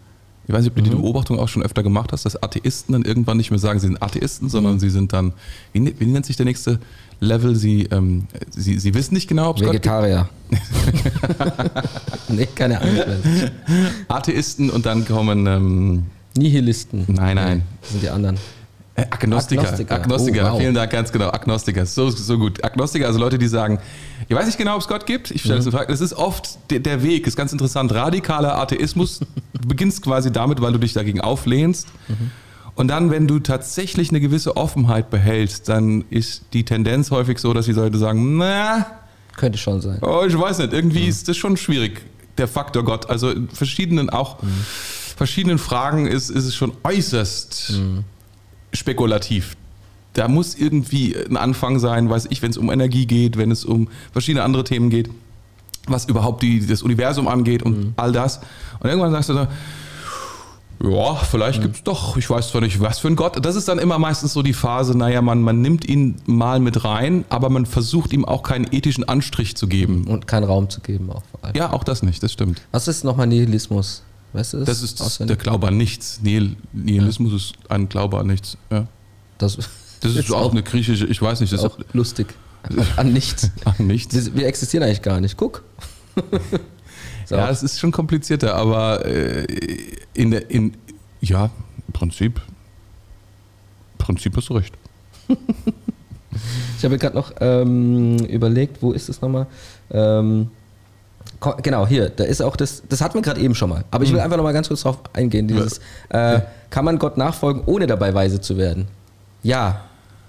Ich weiß nicht, ob du die Mhm. Beobachtung auch schon öfter gemacht hast, dass Atheisten dann irgendwann nicht mehr sagen, sie sind Atheisten, sondern Mhm. sie sind dann, wie, ne- wie nennt sich der nächste Level? Sie, ähm, sie, sie wissen nicht genau, ob es Gott gibt. Vegetarier. Nee, keine Ahnung. Atheisten und dann kommen, ähm, Nihilisten. nein, nein. Nee, das sind die anderen. Äh, Agnostiker. Agnostiker. Agnostiker, Oh, wow. vielen Dank, ganz genau. Agnostiker, so, so gut. Agnostiker, also Leute, die sagen, ich weiß nicht genau, ob es Gott gibt. Ich stelle das in Frage. Das ist oft der, der Weg, ist ganz interessant. Radikaler Atheismus, du beginnst quasi damit, weil du dich dagegen auflehnst. Und dann, wenn du tatsächlich eine gewisse Offenheit behältst, dann ist die Tendenz häufig so, dass die Leute sagen, na, Könnte schon sein. oh, ich weiß nicht, irgendwie ist das schon schwierig, der Faktor Gott. Also in verschiedenen, auch verschiedenen Fragen ist, ist es schon äußerst spekulativ. Da muss irgendwie ein Anfang sein, weiß ich, wenn es um Energie geht, wenn es um verschiedene andere Themen geht, was überhaupt die, das Universum angeht und Mhm. all das. Und irgendwann sagst du dann, ja, vielleicht Mhm. gibt es doch, ich weiß zwar nicht, was für ein Gott. Das ist dann immer meistens so die Phase, naja, man, man nimmt ihn mal mit rein, aber man versucht ihm auch keinen ethischen Anstrich zu geben. Und keinen Raum zu geben auch vor allem. Ja, auch das nicht, das stimmt. Was ist nochmal Nihilismus? Weißt du das? Das ist der auswendig? Glaube an nichts. Nihil, Nihilismus ist ein Glaube an nichts. Ja. Das, Das ist auch eine griechische, ich weiß nicht, das ist auch lustig. An, an nichts. an nichts. Wir, wir existieren eigentlich gar nicht. Guck. So. Ja, das ist schon komplizierter, aber äh, in der, in, ja, im Prinzip, im Prinzip hast du recht. Ich habe gerade noch ähm, überlegt, wo ist das nochmal? Ähm, ko- genau, hier, da ist auch das, das hatten wir gerade eben schon mal, aber ich will einfach nochmal ganz kurz drauf eingehen, dieses, äh, kann man Gott nachfolgen, ohne dabei weise zu werden? Ja.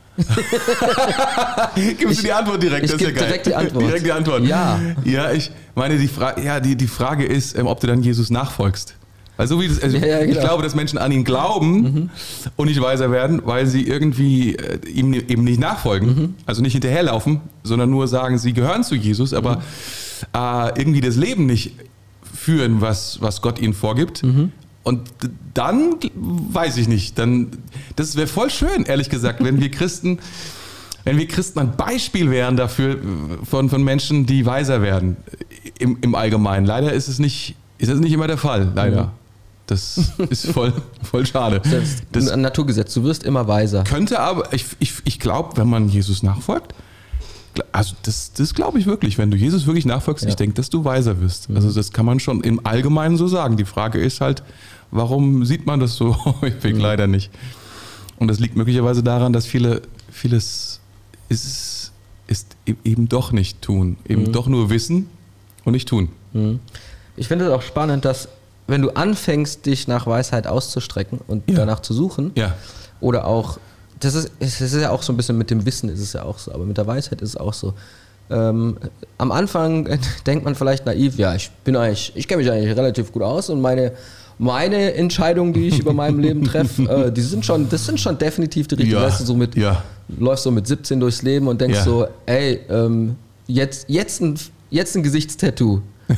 Gibst du die Antwort direkt? ich das ist ja geb geil. direkt die Antwort. Direkt die Antwort. Ja. Ja, ich meine, die, Fra ja, die, die Frage ist, ähm, ob du dann Jesus nachfolgst. Weil so wie das, also Ja, ja, ich genau. glaube, dass Menschen an ihn glauben Mhm. und nicht weiser werden, weil sie irgendwie äh, ihm ne- eben nicht nachfolgen, Mhm. also nicht hinterherlaufen, sondern nur sagen, sie gehören zu Jesus, aber Mhm. äh, irgendwie das Leben nicht führen, was, was Gott ihnen vorgibt. Mhm. Und d- dann weiß ich nicht, dann das wäre voll schön, ehrlich gesagt, wenn wir Christen wenn wir Christen ein Beispiel wären dafür von, von Menschen, die weiser werden im, im Allgemeinen. Leider ist es nicht, ist es nicht immer der Fall, leider. Mhm. Das ist voll, voll schade. Das ist Das ein Naturgesetz, du wirst immer weiser. könnte aber, ich, ich, ich glaube, wenn man Jesus nachfolgt, also das, das glaube ich wirklich, wenn du Jesus wirklich nachfolgst, Ja. ich denke, dass du weiser wirst. Also das kann man schon im Allgemeinen so sagen. Die Frage ist halt, warum sieht man das so häufig? Leider nicht. Und das liegt möglicherweise daran, dass viele vieles ist, ist eben doch nicht tun. Eben Mhm. doch nur wissen und nicht tun. Mhm. Ich finde es auch spannend, dass wenn du anfängst, dich nach Weisheit auszustrecken und Ja. danach zu suchen, Ja. oder auch, das ist, es ist ja auch so ein bisschen mit dem Wissen ist es ja auch so, aber mit der Weisheit ist es auch so. Ähm, am Anfang denkt man vielleicht naiv, ja, ich bin eigentlich, ich kenne mich eigentlich relativ gut aus und meine, meine Entscheidungen, die ich über meinem Leben treffe, äh, die sind schon, das sind schon definitiv die richtigen. Ja. Weißt du, so mit, Ja. läufst so mit siebzehn durchs Leben und denkst Ja. so, ey, ähm, jetzt, jetzt, ein, jetzt ein Gesichtstattoo.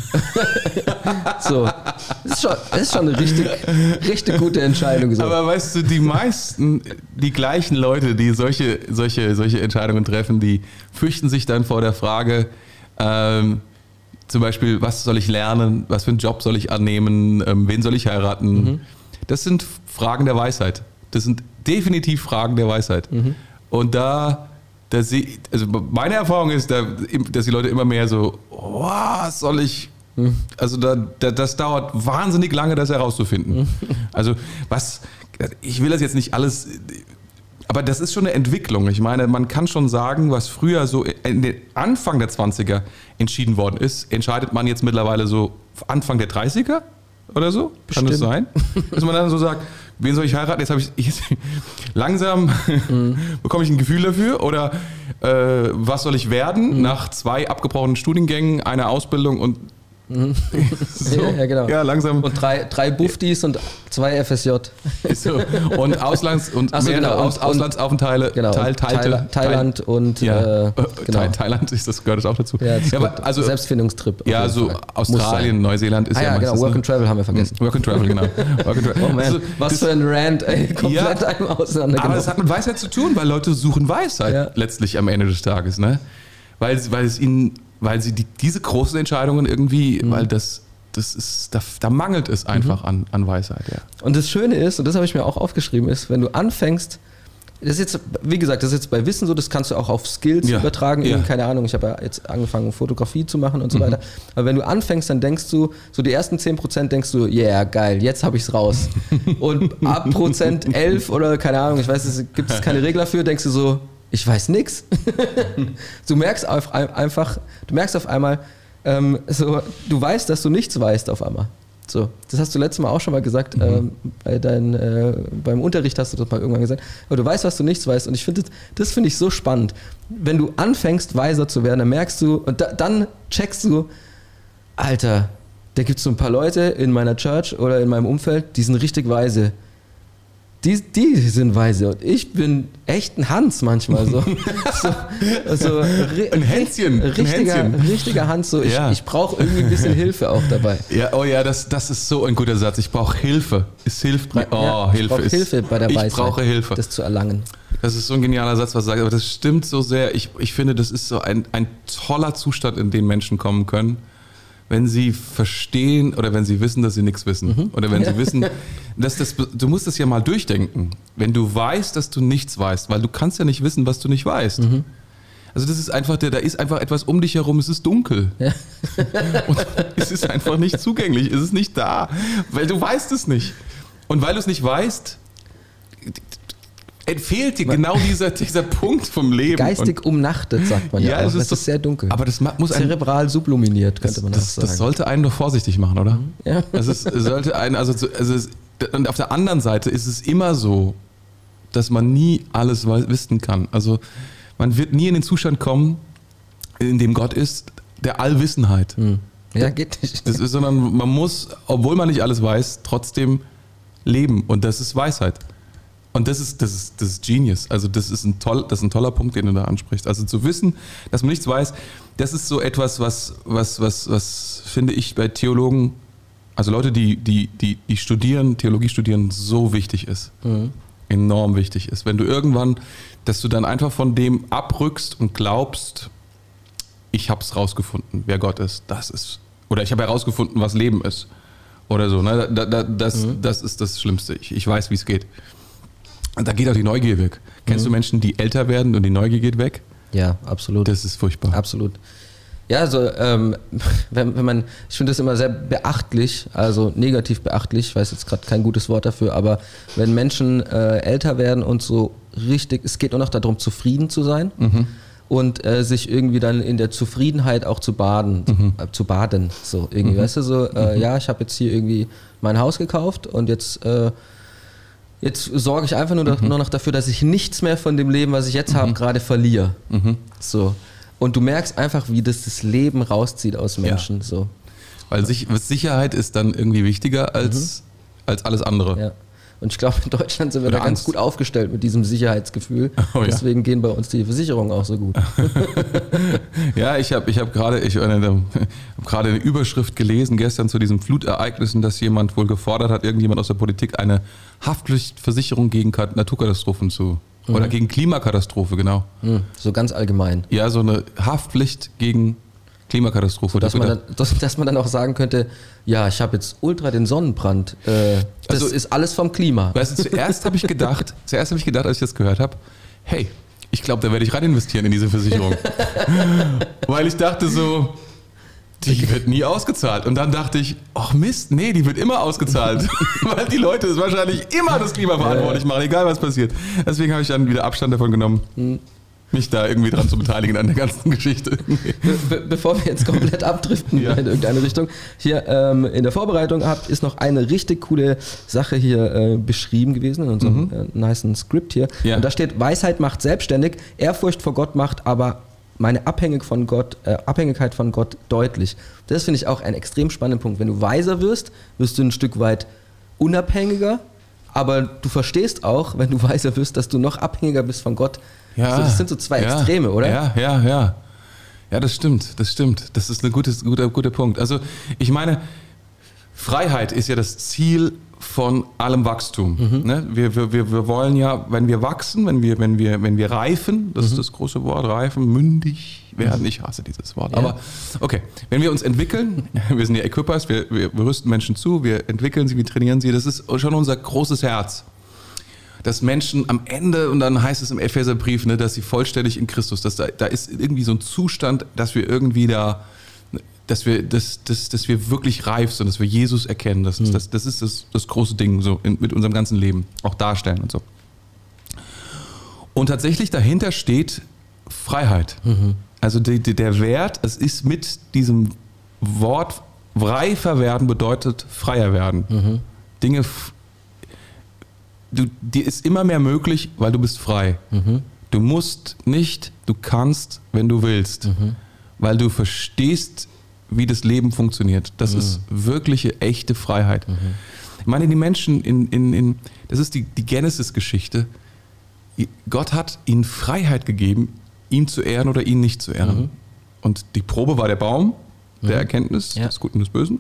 So, das ist schon, das ist schon eine richtig, richtig gute Entscheidung. So. Aber weißt du, die meisten, die gleichen Leute, die solche, solche, solche Entscheidungen treffen, die fürchten sich dann vor der Frage, ähm, zum Beispiel, was soll ich lernen, was für einen Job soll ich annehmen, ähm, wen soll ich heiraten. Mhm. Das sind Fragen der Weisheit. Das sind definitiv Fragen der Weisheit. Mhm. Und da, da sehe also meine Erfahrung ist, da, dass die Leute immer mehr so, oh, was soll ich, also da, da, das dauert wahnsinnig lange, das herauszufinden. Also was, ich will das jetzt nicht alles, aber das ist schon eine Entwicklung. Ich meine, man kann schon sagen, was früher so in den Anfang der zwanziger entschieden worden ist, entscheidet man jetzt mittlerweile so Anfang der dreißiger oder so? Kann das sein? Dass man dann so sagt, wen soll ich heiraten? Jetzt habe ich jetzt, langsam bekomme ich ein Gefühl dafür. Oder äh, was soll ich werden nach zwei abgebrochenen Studiengängen, einer Ausbildung und so, Ja, ja, genau. ja, langsam. Und drei, drei Buffdies und zwei F S J. So. Und Auslands- und Ach so, mehrere genau. Und- Aus Auslandsaufenthalte. Genau. Teil, teilte, Thail- Thailand und ja. äh, genau. Thai- Thailand ist das, gehört das auch dazu. Ja, das Ja, aber gehört- also, Selbstfindungstrip. auf ja, jeden so Fall. Australien, Muss Neuseeland ist sein. Ah ja ja, genau, meistens, Work ne? and Travel haben wir vergessen. Work and Travel, genau. Work and Travel. Oh man, Also, was das- für ein Rant, ey, komplett Ja. einmal auseinander. Aber es hat mit Weisheit zu tun, weil Leute suchen Weisheit Ja. letztlich am Ende des Tages, ne? Weil, weil es ihnen, weil sie die, diese großen Entscheidungen irgendwie, Mhm. weil das, das ist, da, da mangelt es einfach mhm. an, an Weisheit. Ja. Und das Schöne ist, und das habe ich mir auch aufgeschrieben, ist, wenn du anfängst, das ist jetzt, wie gesagt, das ist jetzt bei Wissen so, das kannst du auch auf Skills ja. übertragen. Ja. Keine Ahnung, ich habe ja jetzt angefangen, Fotografie zu machen und so mhm. weiter. Aber wenn du anfängst, dann denkst du, so die ersten zehn Prozent denkst du, yeah, geil, jetzt habe ich es raus. Und ab Prozent elf oder keine Ahnung, ich weiß, es gibt es keine Regler für, denkst du so, ich weiß nix. Du merkst auf, einfach, du merkst auf einmal, ähm, so, du weißt, dass du nichts weißt auf einmal. So, das hast du letztes Mal auch schon mal gesagt, mhm. ähm, bei dein, äh, beim Unterricht hast du das mal irgendwann gesagt, aber du weißt, was du nichts weißt und ich finde, das, das finde ich so spannend. Wenn du anfängst, weiser zu werden, dann merkst du und da, dann checkst du, Alter, da gibt es so ein paar Leute in meiner Church oder in meinem Umfeld, die sind richtig weise. Die, die sind weise und ich bin echt ein Hans manchmal so. so, so ein Hänschen. Richtiger, ein Hänschen. richtiger Hans. So. Ich, ja. ich brauche irgendwie ein bisschen Hilfe auch dabei. Ja, oh ja, das, das ist so ein guter Satz. Ich brauche Hilfe. Es hilft mir. Oh, ja, ich Hilfe ist. Hilfe bei der Weisheit. Ich brauche Hilfe. Das zu erlangen. Das ist so ein genialer Satz, was du sagst, aber das stimmt so sehr. Ich, ich finde, das ist so ein, ein toller Zustand, in den Menschen kommen können, wenn sie verstehen oder wenn sie wissen, dass sie nichts wissen. Mhm. Oder wenn sie wissen, dass das, du musst das ja mal durchdenken. Wenn du weißt, dass du nichts weißt, weil du kannst ja nicht wissen, was du nicht weißt. Mhm. Also das ist einfach, da ist einfach etwas um dich herum, es ist dunkel. Ja. Und es ist einfach nicht zugänglich, es ist nicht da, weil du weißt es nicht. Und weil du es nicht weißt, entfehlt dir genau dieser, dieser Punkt vom Leben. Geistig und umnachtet, sagt man ja, ja auch. Es ist, es ist sehr dunkel. Aber das muss Zerebral subluminiert, könnte das, man das, auch sagen. Das sollte einen doch vorsichtig machen, oder? Ja. Also es sollte einen, also, also es, und auf der anderen Seite ist es immer so, dass man nie alles wissen kann. Also man wird nie in den Zustand kommen, in dem Gott ist, der Allwissenheit. Hm. Ja, geht nicht. Das ist, sondern man muss, obwohl man nicht alles weiß, trotzdem leben. Und das ist Weisheit. Und das ist, das ist, das ist Genius. Also das ist ein toll, das ist ein toller Punkt, den du da ansprichst. Also zu wissen, dass man nichts weiß, das ist so etwas, was, was, was, was finde ich bei Theologen, also Leute, die, die, die, die studieren, Theologie studieren, so wichtig ist. Mhm. Enorm wichtig ist. Wenn du irgendwann, dass du dann einfach von dem abrückst und glaubst, ich habe es rausgefunden, wer Gott ist. Das ist, oder ich habe herausgefunden, was Leben ist. Oder so. Ne? Da, da, das, mhm. das ist das Schlimmste. Ich, ich weiß, wie es geht. Da geht auch die Neugier weg. Mhm. Kennst du Menschen, die älter werden und die Neugier geht weg? Ja, absolut. Das ist furchtbar. Absolut. Ja, also ähm, wenn, wenn man, ich finde das immer sehr beachtlich, also negativ beachtlich, ich weiß jetzt gerade kein gutes Wort dafür, aber wenn Menschen äh, älter werden und so richtig, es geht nur noch darum, zufrieden zu sein mhm. und äh, sich irgendwie dann in der Zufriedenheit auch zu baden, mhm. äh, zu baden, so irgendwie, mhm. weißt du, so, äh, mhm. ja, ich habe jetzt hier irgendwie mein Haus gekauft und jetzt äh, Jetzt sorge ich einfach nur, mhm. nur noch dafür, dass ich nichts mehr von dem Leben, was ich jetzt mhm. habe, gerade verliere. Mhm. So. Und du merkst einfach, wie das das Leben rauszieht aus Menschen. Ja. So. Weil Sicherheit ist dann irgendwie wichtiger als, mhm. als alles andere. Ja. Und ich glaube, in Deutschland sind wir Oder da ganz Angst. gut aufgestellt mit diesem Sicherheitsgefühl. Oh, ja. Deswegen gehen bei uns die Versicherungen auch so gut. Ja, ich habe ich hab gerade ich, hab gerade eine Überschrift gelesen gestern zu diesen Flutereignissen, dass jemand wohl gefordert hat, irgendjemand aus der Politik eine Haftpflichtversicherung gegen Naturkatastrophen zu, mhm. oder gegen Klimakatastrophe, genau. Mhm. So ganz allgemein. Ja, so eine Haftpflicht gegen Klimakatastrophe. So, dass, man dann, dass, dass man dann auch sagen könnte, ja, ich habe jetzt ultra den Sonnenbrand. Äh, das also, ist alles vom Klima. Weißt du, zuerst habe ich gedacht, zuerst habe ich gedacht, als ich das gehört habe, hey, ich glaube, da werde ich rein investieren in diese Versicherung. Weil ich dachte so, die wird nie ausgezahlt. Und dann dachte ich, ach Mist, nee, die wird immer ausgezahlt. Weil die Leute es wahrscheinlich immer das Klima verantwortlich machen, egal was passiert. Deswegen habe ich dann wieder Abstand davon genommen. Hm. mich da irgendwie dran zu beteiligen an der ganzen Geschichte. Be bevor wir jetzt komplett abdriften ja. in irgendeine Richtung, hier ähm, in der Vorbereitung habt, ist noch eine richtig coole Sache hier äh, beschrieben gewesen in unserem mhm. äh, nicen Skript hier. Ja. Und da steht, Weisheit macht selbstständig, Ehrfurcht vor Gott macht aber meine Abhängig von Gott, äh, Abhängigkeit von Gott deutlich. Das finde ich auch einen extrem spannenden Punkt. Wenn du weiser wirst, wirst du ein Stück weit unabhängiger, aber du verstehst auch, wenn du weiser wirst, dass du noch abhängiger bist von Gott. Ja, also das sind so zwei ja, Extreme, oder? Ja, ja, ja. Ja, das stimmt, das stimmt. Das ist ein gutes, guter, guter Punkt. Also ich meine, Freiheit ist ja das Ziel von allem Wachstum. Mhm. Ne? Wir, wir, wir wollen ja, wenn wir wachsen, wenn wir, wenn wir, wenn wir reifen, das mhm. ist das große Wort, reifen, mündig werden, ich hasse dieses Wort, ja. aber okay, wenn wir uns entwickeln, wir sind ja Equippers, wir, wir, wir rüsten Menschen zu, wir entwickeln sie, wir trainieren sie, das ist schon unser großes Herz. Dass Menschen am Ende, und dann heißt es im Epheserbrief, ne, dass sie vollständig in Christus, dass da, da ist irgendwie so ein Zustand, dass wir irgendwie da, dass wir, dass, dass, dass wir wirklich reif sind, dass wir Jesus erkennen. Das, mhm. das, das ist das, das große Ding so in, mit unserem ganzen Leben, auch darstellen und so. Und tatsächlich dahinter steht Freiheit. Mhm. Also die, die, der Wert, es ist mit diesem Wort reifer werden bedeutet freier werden. Mhm. Dinge Du, dir ist immer mehr möglich, weil du bist frei. Mhm. Du musst nicht, du kannst, wenn du willst. Mhm. Weil du verstehst, wie das Leben funktioniert. Das mhm. ist wirkliche, echte Freiheit. Mhm. Ich meine, die Menschen, in, in, in, das ist die, die Genesis-Geschichte. Gott hat ihnen Freiheit gegeben, ihn zu ehren oder ihn nicht zu ehren. Mhm. Und die Probe war der Baum mhm. der Erkenntnis ja. des Guten und des Bösen.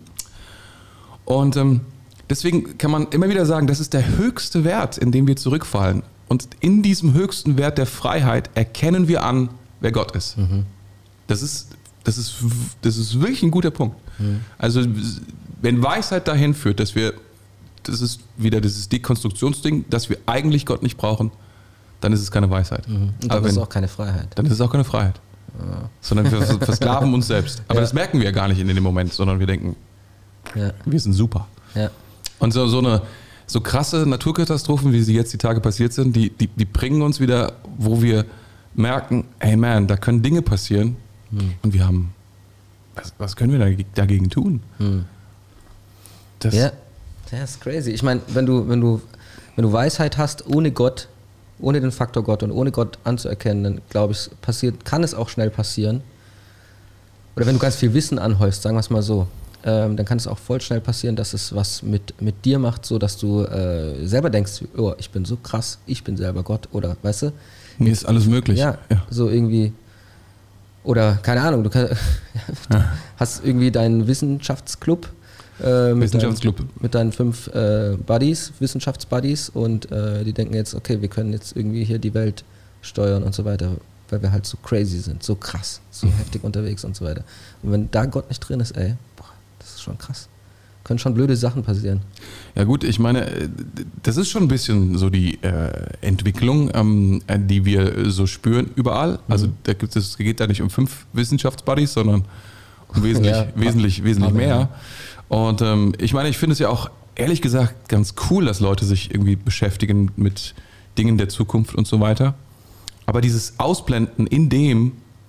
Und ähm, deswegen kann man immer wieder sagen, das ist der höchste Wert, in dem wir zurückfallen. Und in diesem höchsten Wert der Freiheit erkennen wir an, wer Gott ist. Mhm. Das ist, das ist, das ist wirklich ein guter Punkt. Mhm. Also wenn Weisheit dahin führt, dass wir, das ist wieder dieses Dekonstruktionsding, dass wir eigentlich Gott nicht brauchen, dann ist es keine Weisheit. Mhm. Und dann wenn, ist es auch keine Freiheit. Dann ist es auch keine Freiheit. Ja. Sondern wir versklaven uns selbst. Aber ja. das merken wir ja gar nicht in dem Moment, sondern wir denken, ja. wir sind super. Ja. Und so, so eine so krasse Naturkatastrophen, wie sie jetzt die Tage passiert sind, die, die, die bringen uns wieder, wo wir merken, hey man, da können Dinge passieren hm. und wir haben, was, was können wir dagegen tun? Hm. Das ja, das ist crazy. Ich meine, wenn du, wenn du, wenn du Weisheit hast, ohne Gott, ohne den Faktor Gott und ohne Gott anzuerkennen, dann glaube ich, passiert, kann es auch schnell passieren. Oder wenn du ganz viel Wissen anhäufst, sagen wir es mal so, ähm, dann kann es auch voll schnell passieren, dass es was mit, mit dir macht, so dass du äh, selber denkst, oh, ich bin so krass, ich bin selber Gott, oder weißt du? Mir ist alles möglich. Ja, ja. so irgendwie, oder keine Ahnung, du kann, ja. hast irgendwie deinen Wissenschaftsclub, äh, mit, Wissenschaftsclub. Dein, mit deinen fünf äh, Buddies, Wissenschaftsbuddies, und äh, die denken jetzt, okay, wir können jetzt irgendwie hier die Welt steuern und so weiter, weil wir halt so crazy sind, so krass, so mhm. heftig unterwegs und so weiter. Und wenn da Gott nicht drin ist, ey, boah, das ist schon krass. Können schon blöde Sachen passieren. Ja gut, ich meine, das ist schon ein bisschen so die äh, Entwicklung, ähm, die wir so spüren überall. Mhm. Also da gibt es, geht da nicht um fünf Wissenschaftsbuddies, sondern um wesentlich, ja, wesentlich, wesentlich mehr. Ja. Und ähm, ich meine, ich finde es ja auch ehrlich gesagt ganz cool, dass Leute sich irgendwie beschäftigen mit Dingen der Zukunft und so weiter. Aber dieses Ausblenden in dem,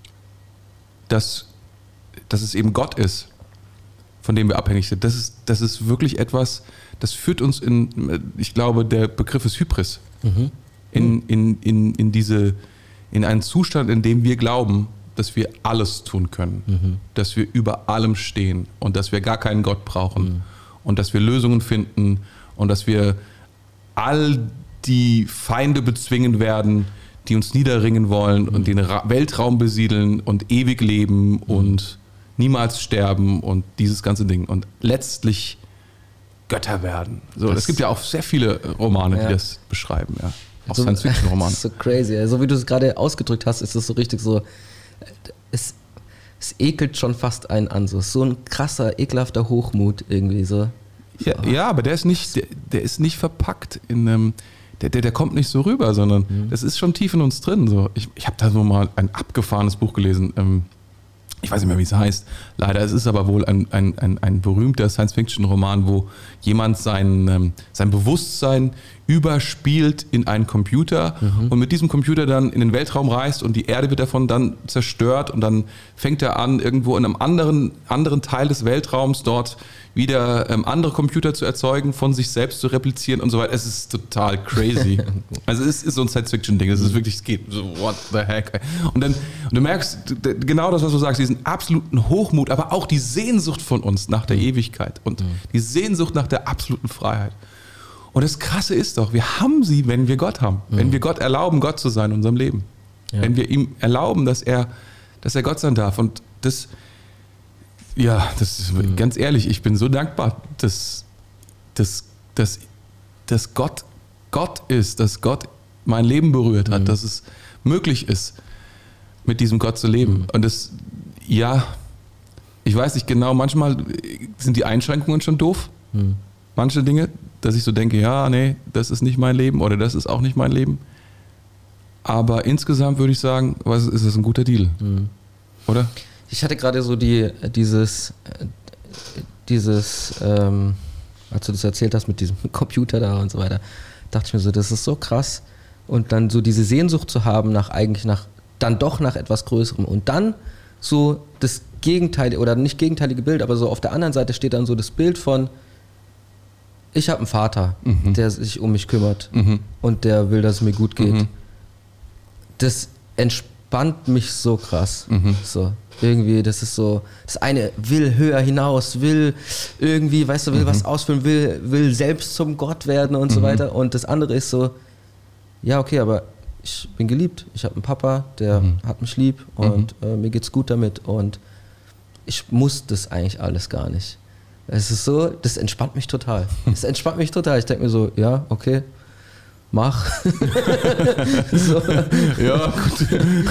dass, dass es eben Gott ist, von dem wir abhängig sind, das ist, das ist wirklich etwas, das führt uns in, ich glaube, der Begriff ist Hybris, mhm. in, in, in, in, diese, in einen Zustand, in dem wir glauben, dass wir alles tun können, mhm. dass wir über allem stehen und dass wir gar keinen Gott brauchen mhm. und dass wir Lösungen finden und dass wir all die Feinde bezwingen werden, die uns niederringen wollen mhm. und den Ra- Weltraum besiedeln und ewig leben mhm. und niemals sterben und dieses ganze Ding und letztlich Götter werden. So, es gibt ja auch sehr viele Romane, ja. die das beschreiben, ja. Auch so, Science-Fiction-Romane. Das ist so crazy. So wie du es gerade ausgedrückt hast, ist es so richtig so, es, es ekelt schon fast einen an. So, so ein krasser, ekelhafter Hochmut irgendwie so. Ja, oh. ja aber der ist nicht, der, der ist nicht verpackt in einem, der, der, der kommt nicht so rüber, sondern mhm. das ist schon tief in uns drin. So. Ich, ich habe da so mal ein abgefahrenes Buch gelesen, ähm, ich weiß nicht mehr, wie es heißt. Leider, es ist aber wohl ein, ein, ein, ein berühmter Science-Fiction-Roman, wo jemand sein, ähm, sein Bewusstsein überspielt in einen Computer mhm. und mit diesem Computer dann in den Weltraum reist und die Erde wird davon dann zerstört und dann fängt er an, irgendwo in einem anderen, anderen Teil des Weltraums dort wieder ähm, andere Computer zu erzeugen, von sich selbst zu replizieren und so weiter. Es ist total crazy. Also es ist so ein Science-Fiction-Ding. Es ist wirklich, es geht so, what the heck. Und dann, und du merkst genau das, was du sagst, diesen absoluten Hochmut, aber auch die Sehnsucht von uns nach der mhm. Ewigkeit und mhm. die Sehnsucht nach der absoluten Freiheit. Und das Krasse ist doch, wir haben sie, wenn wir Gott haben. Mhm. Wenn wir Gott erlauben, Gott zu sein in unserem Leben. Ja. Wenn wir ihm erlauben, dass er, dass er Gott sein darf. Und das, Ja, das ist mhm. ganz ehrlich, ich bin so dankbar, dass, dass, dass, dass Gott Gott ist, dass Gott mein Leben berührt hat, mhm. dass es möglich ist, mit diesem Gott zu leben. Mhm. Und das, ja, ich weiß nicht genau, manchmal sind die Einschränkungen schon doof. Mhm. Manche Dinge, dass ich so denke, ja, nee, das ist nicht mein Leben oder das ist auch nicht mein Leben. Aber insgesamt würde ich sagen, was ist das ein guter Deal, mhm. oder? Ich hatte gerade so die, dieses, dieses, ähm, als du das erzählt hast mit diesem Computer da und so weiter, dachte ich mir so, das ist so krass. Und dann so diese Sehnsucht zu haben nach eigentlich nach, dann doch nach etwas Größerem. Und dann so das Gegenteil, oder nicht gegenteilige Bild, aber so auf der anderen Seite steht dann so das Bild von, ich habe einen Vater, mhm. der sich um mich kümmert mhm. und der will, dass es mir gut geht. Mhm. Das entspannt mich so krass. Mhm. So. Irgendwie, das ist so, das eine will höher hinaus, will irgendwie, weißt du, will mhm. was ausfüllen, will, will selbst zum Gott werden und mhm. so weiter. Und das andere ist so, ja, okay, aber ich bin geliebt. Ich habe einen Papa, der mhm. hat mich lieb und mhm. äh, mir geht's gut damit. Und ich muss das eigentlich alles gar nicht. Es ist so, das entspannt mich total. Das entspannt mich total. Ich denke mir so, ja, okay, mach. So. Ja, gut.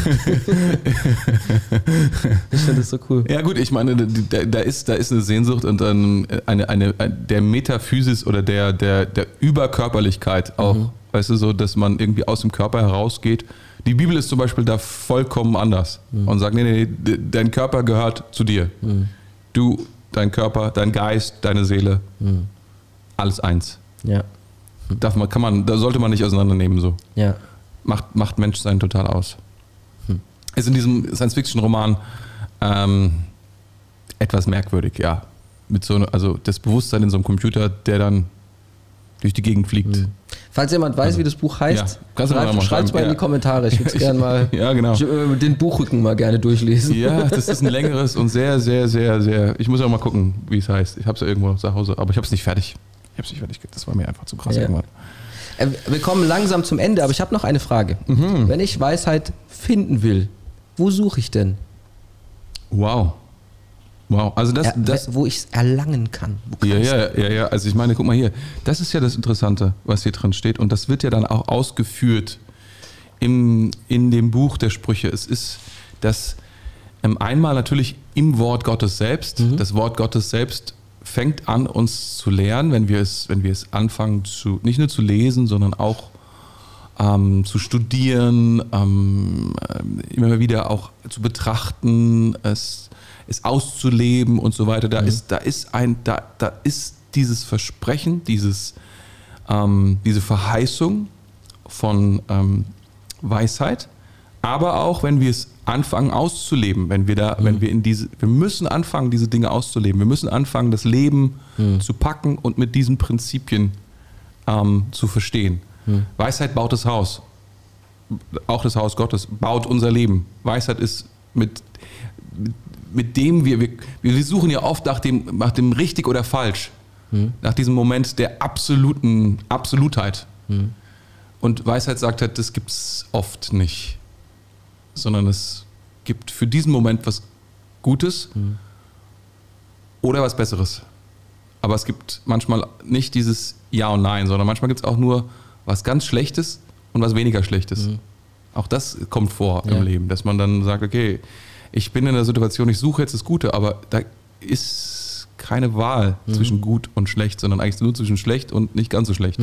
Ich finde das so cool. Ja gut, ich meine, da, da, ist, da ist eine Sehnsucht und dann eine, eine, der Metaphysis oder der, der, der Überkörperlichkeit auch, mhm. weißt du, so, dass man irgendwie aus dem Körper herausgeht. Die Bibel ist zum Beispiel da vollkommen anders mhm. und sagt, nee, nee, dein Körper gehört zu dir. Mhm. Du, dein Körper, dein Geist, deine Seele, mhm. alles eins. Ja. Darf man, kann man, da sollte man nicht auseinandernehmen so. Ja. Macht, macht Menschsein total aus. Hm. Ist in diesem Science-Fiction-Roman ähm, etwas merkwürdig, ja. Mit so, also das Bewusstsein in so einem Computer, der dann durch die Gegend fliegt. Hm. Falls jemand weiß, also, wie das Buch heißt, ja, schreibt es mal, mal in die Kommentare. Ich würde es gerne mal, ja, genau. ich, äh, den Buchrücken mal gerne durchlesen. Ja, das ist ein längeres und sehr, sehr, sehr, sehr, ich muss auch mal gucken, wie es heißt. Ich habe es ja irgendwo noch zu Hause, aber ich habe es nicht fertig. Ich habe es nicht fertig. Das war mir einfach zu krass ja. irgendwann. Äh, wir kommen langsam zum Ende, aber ich habe noch eine Frage. Mhm. Wenn ich Weisheit finden will, wo suche ich denn? Wow. Wow. Also das, ja, das wo ich es erlangen kann. Ja, ja, ja, ja. Also ich meine, guck mal hier. Das ist ja das Interessante, was hier drin steht. Und das wird ja dann auch ausgeführt im, in dem Buch der Sprüche. Es ist das ähm, einmal natürlich im Wort Gottes selbst. Mhm. Das Wort Gottes selbst fängt an, uns zu lernen, wenn wir es, wenn wir es anfangen, zu, nicht nur zu lesen, sondern auch ähm, zu studieren, ähm, immer wieder auch zu betrachten, es, es auszuleben und so weiter. Da mhm. ist, da ist ein, da, da ist dieses Versprechen, dieses, ähm, diese Verheißung von ähm, Weisheit, aber auch, wenn wir es anfangen auszuleben, wenn wir da, mhm. wenn wir in diese, wir müssen anfangen, diese Dinge auszuleben. Wir müssen anfangen, das Leben mhm. zu packen und mit diesen Prinzipien ähm, zu verstehen. Mhm. Weisheit baut das Haus. Auch das Haus Gottes baut unser Leben. Weisheit ist mit, mit, mit dem wir, wir, wir suchen ja oft nach dem, nach dem richtig oder falsch. Mhm. Nach diesem Moment der absoluten Absolutheit. Mhm. Und Weisheit sagt halt, das gibt es oft nicht. Sondern es gibt für diesen Moment was Gutes mhm. oder was Besseres. Aber es gibt manchmal nicht dieses Ja und Nein, sondern manchmal gibt es auch nur was ganz Schlechtes und was weniger Schlechtes. Mhm. Auch das kommt vor ja. im Leben, dass man dann sagt, okay, ich bin in der Situation, ich suche jetzt das Gute, aber da ist keine Wahl mhm. zwischen gut und schlecht, sondern eigentlich nur zwischen schlecht und nicht ganz so schlecht.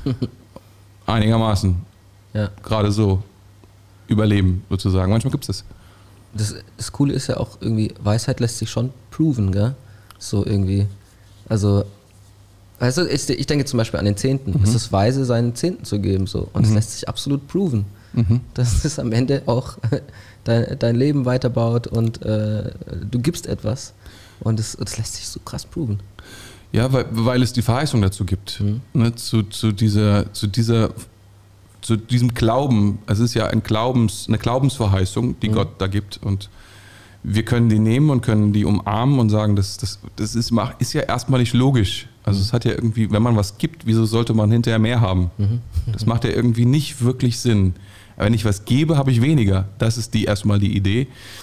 Einigermaßen. Ja. Gerade so. Überleben sozusagen. Manchmal gibt es das. das. Das Coole ist ja auch irgendwie, Weisheit lässt sich schon proven, gell? So irgendwie. Also, weißt du, ich, ich denke zum Beispiel an den Zehnten. Mhm. Es ist weise, seinen Zehnten zu geben. So. Und es mhm. lässt sich absolut proven. Mhm. Dass es am Ende auch dein, dein Leben weiterbaut und äh, du gibst etwas. Und es, das lässt sich so krass proven. Ja, weil, weil es die Verheißung dazu gibt. Mhm. Ne, zu, zu dieser, zu dieser zu diesem Glauben, es ist ja ein Glaubens, eine Glaubensverheißung, die mhm. Gott da gibt, und wir können die nehmen und können die umarmen und sagen, das, das, das ist, ist ja erstmal nicht logisch. Also es hat ja irgendwie, wenn man was gibt, wieso sollte man hinterher mehr haben? Mhm. Das macht ja irgendwie nicht wirklich Sinn. Wenn ich was gebe, habe ich weniger. Das ist die erstmal die Idee.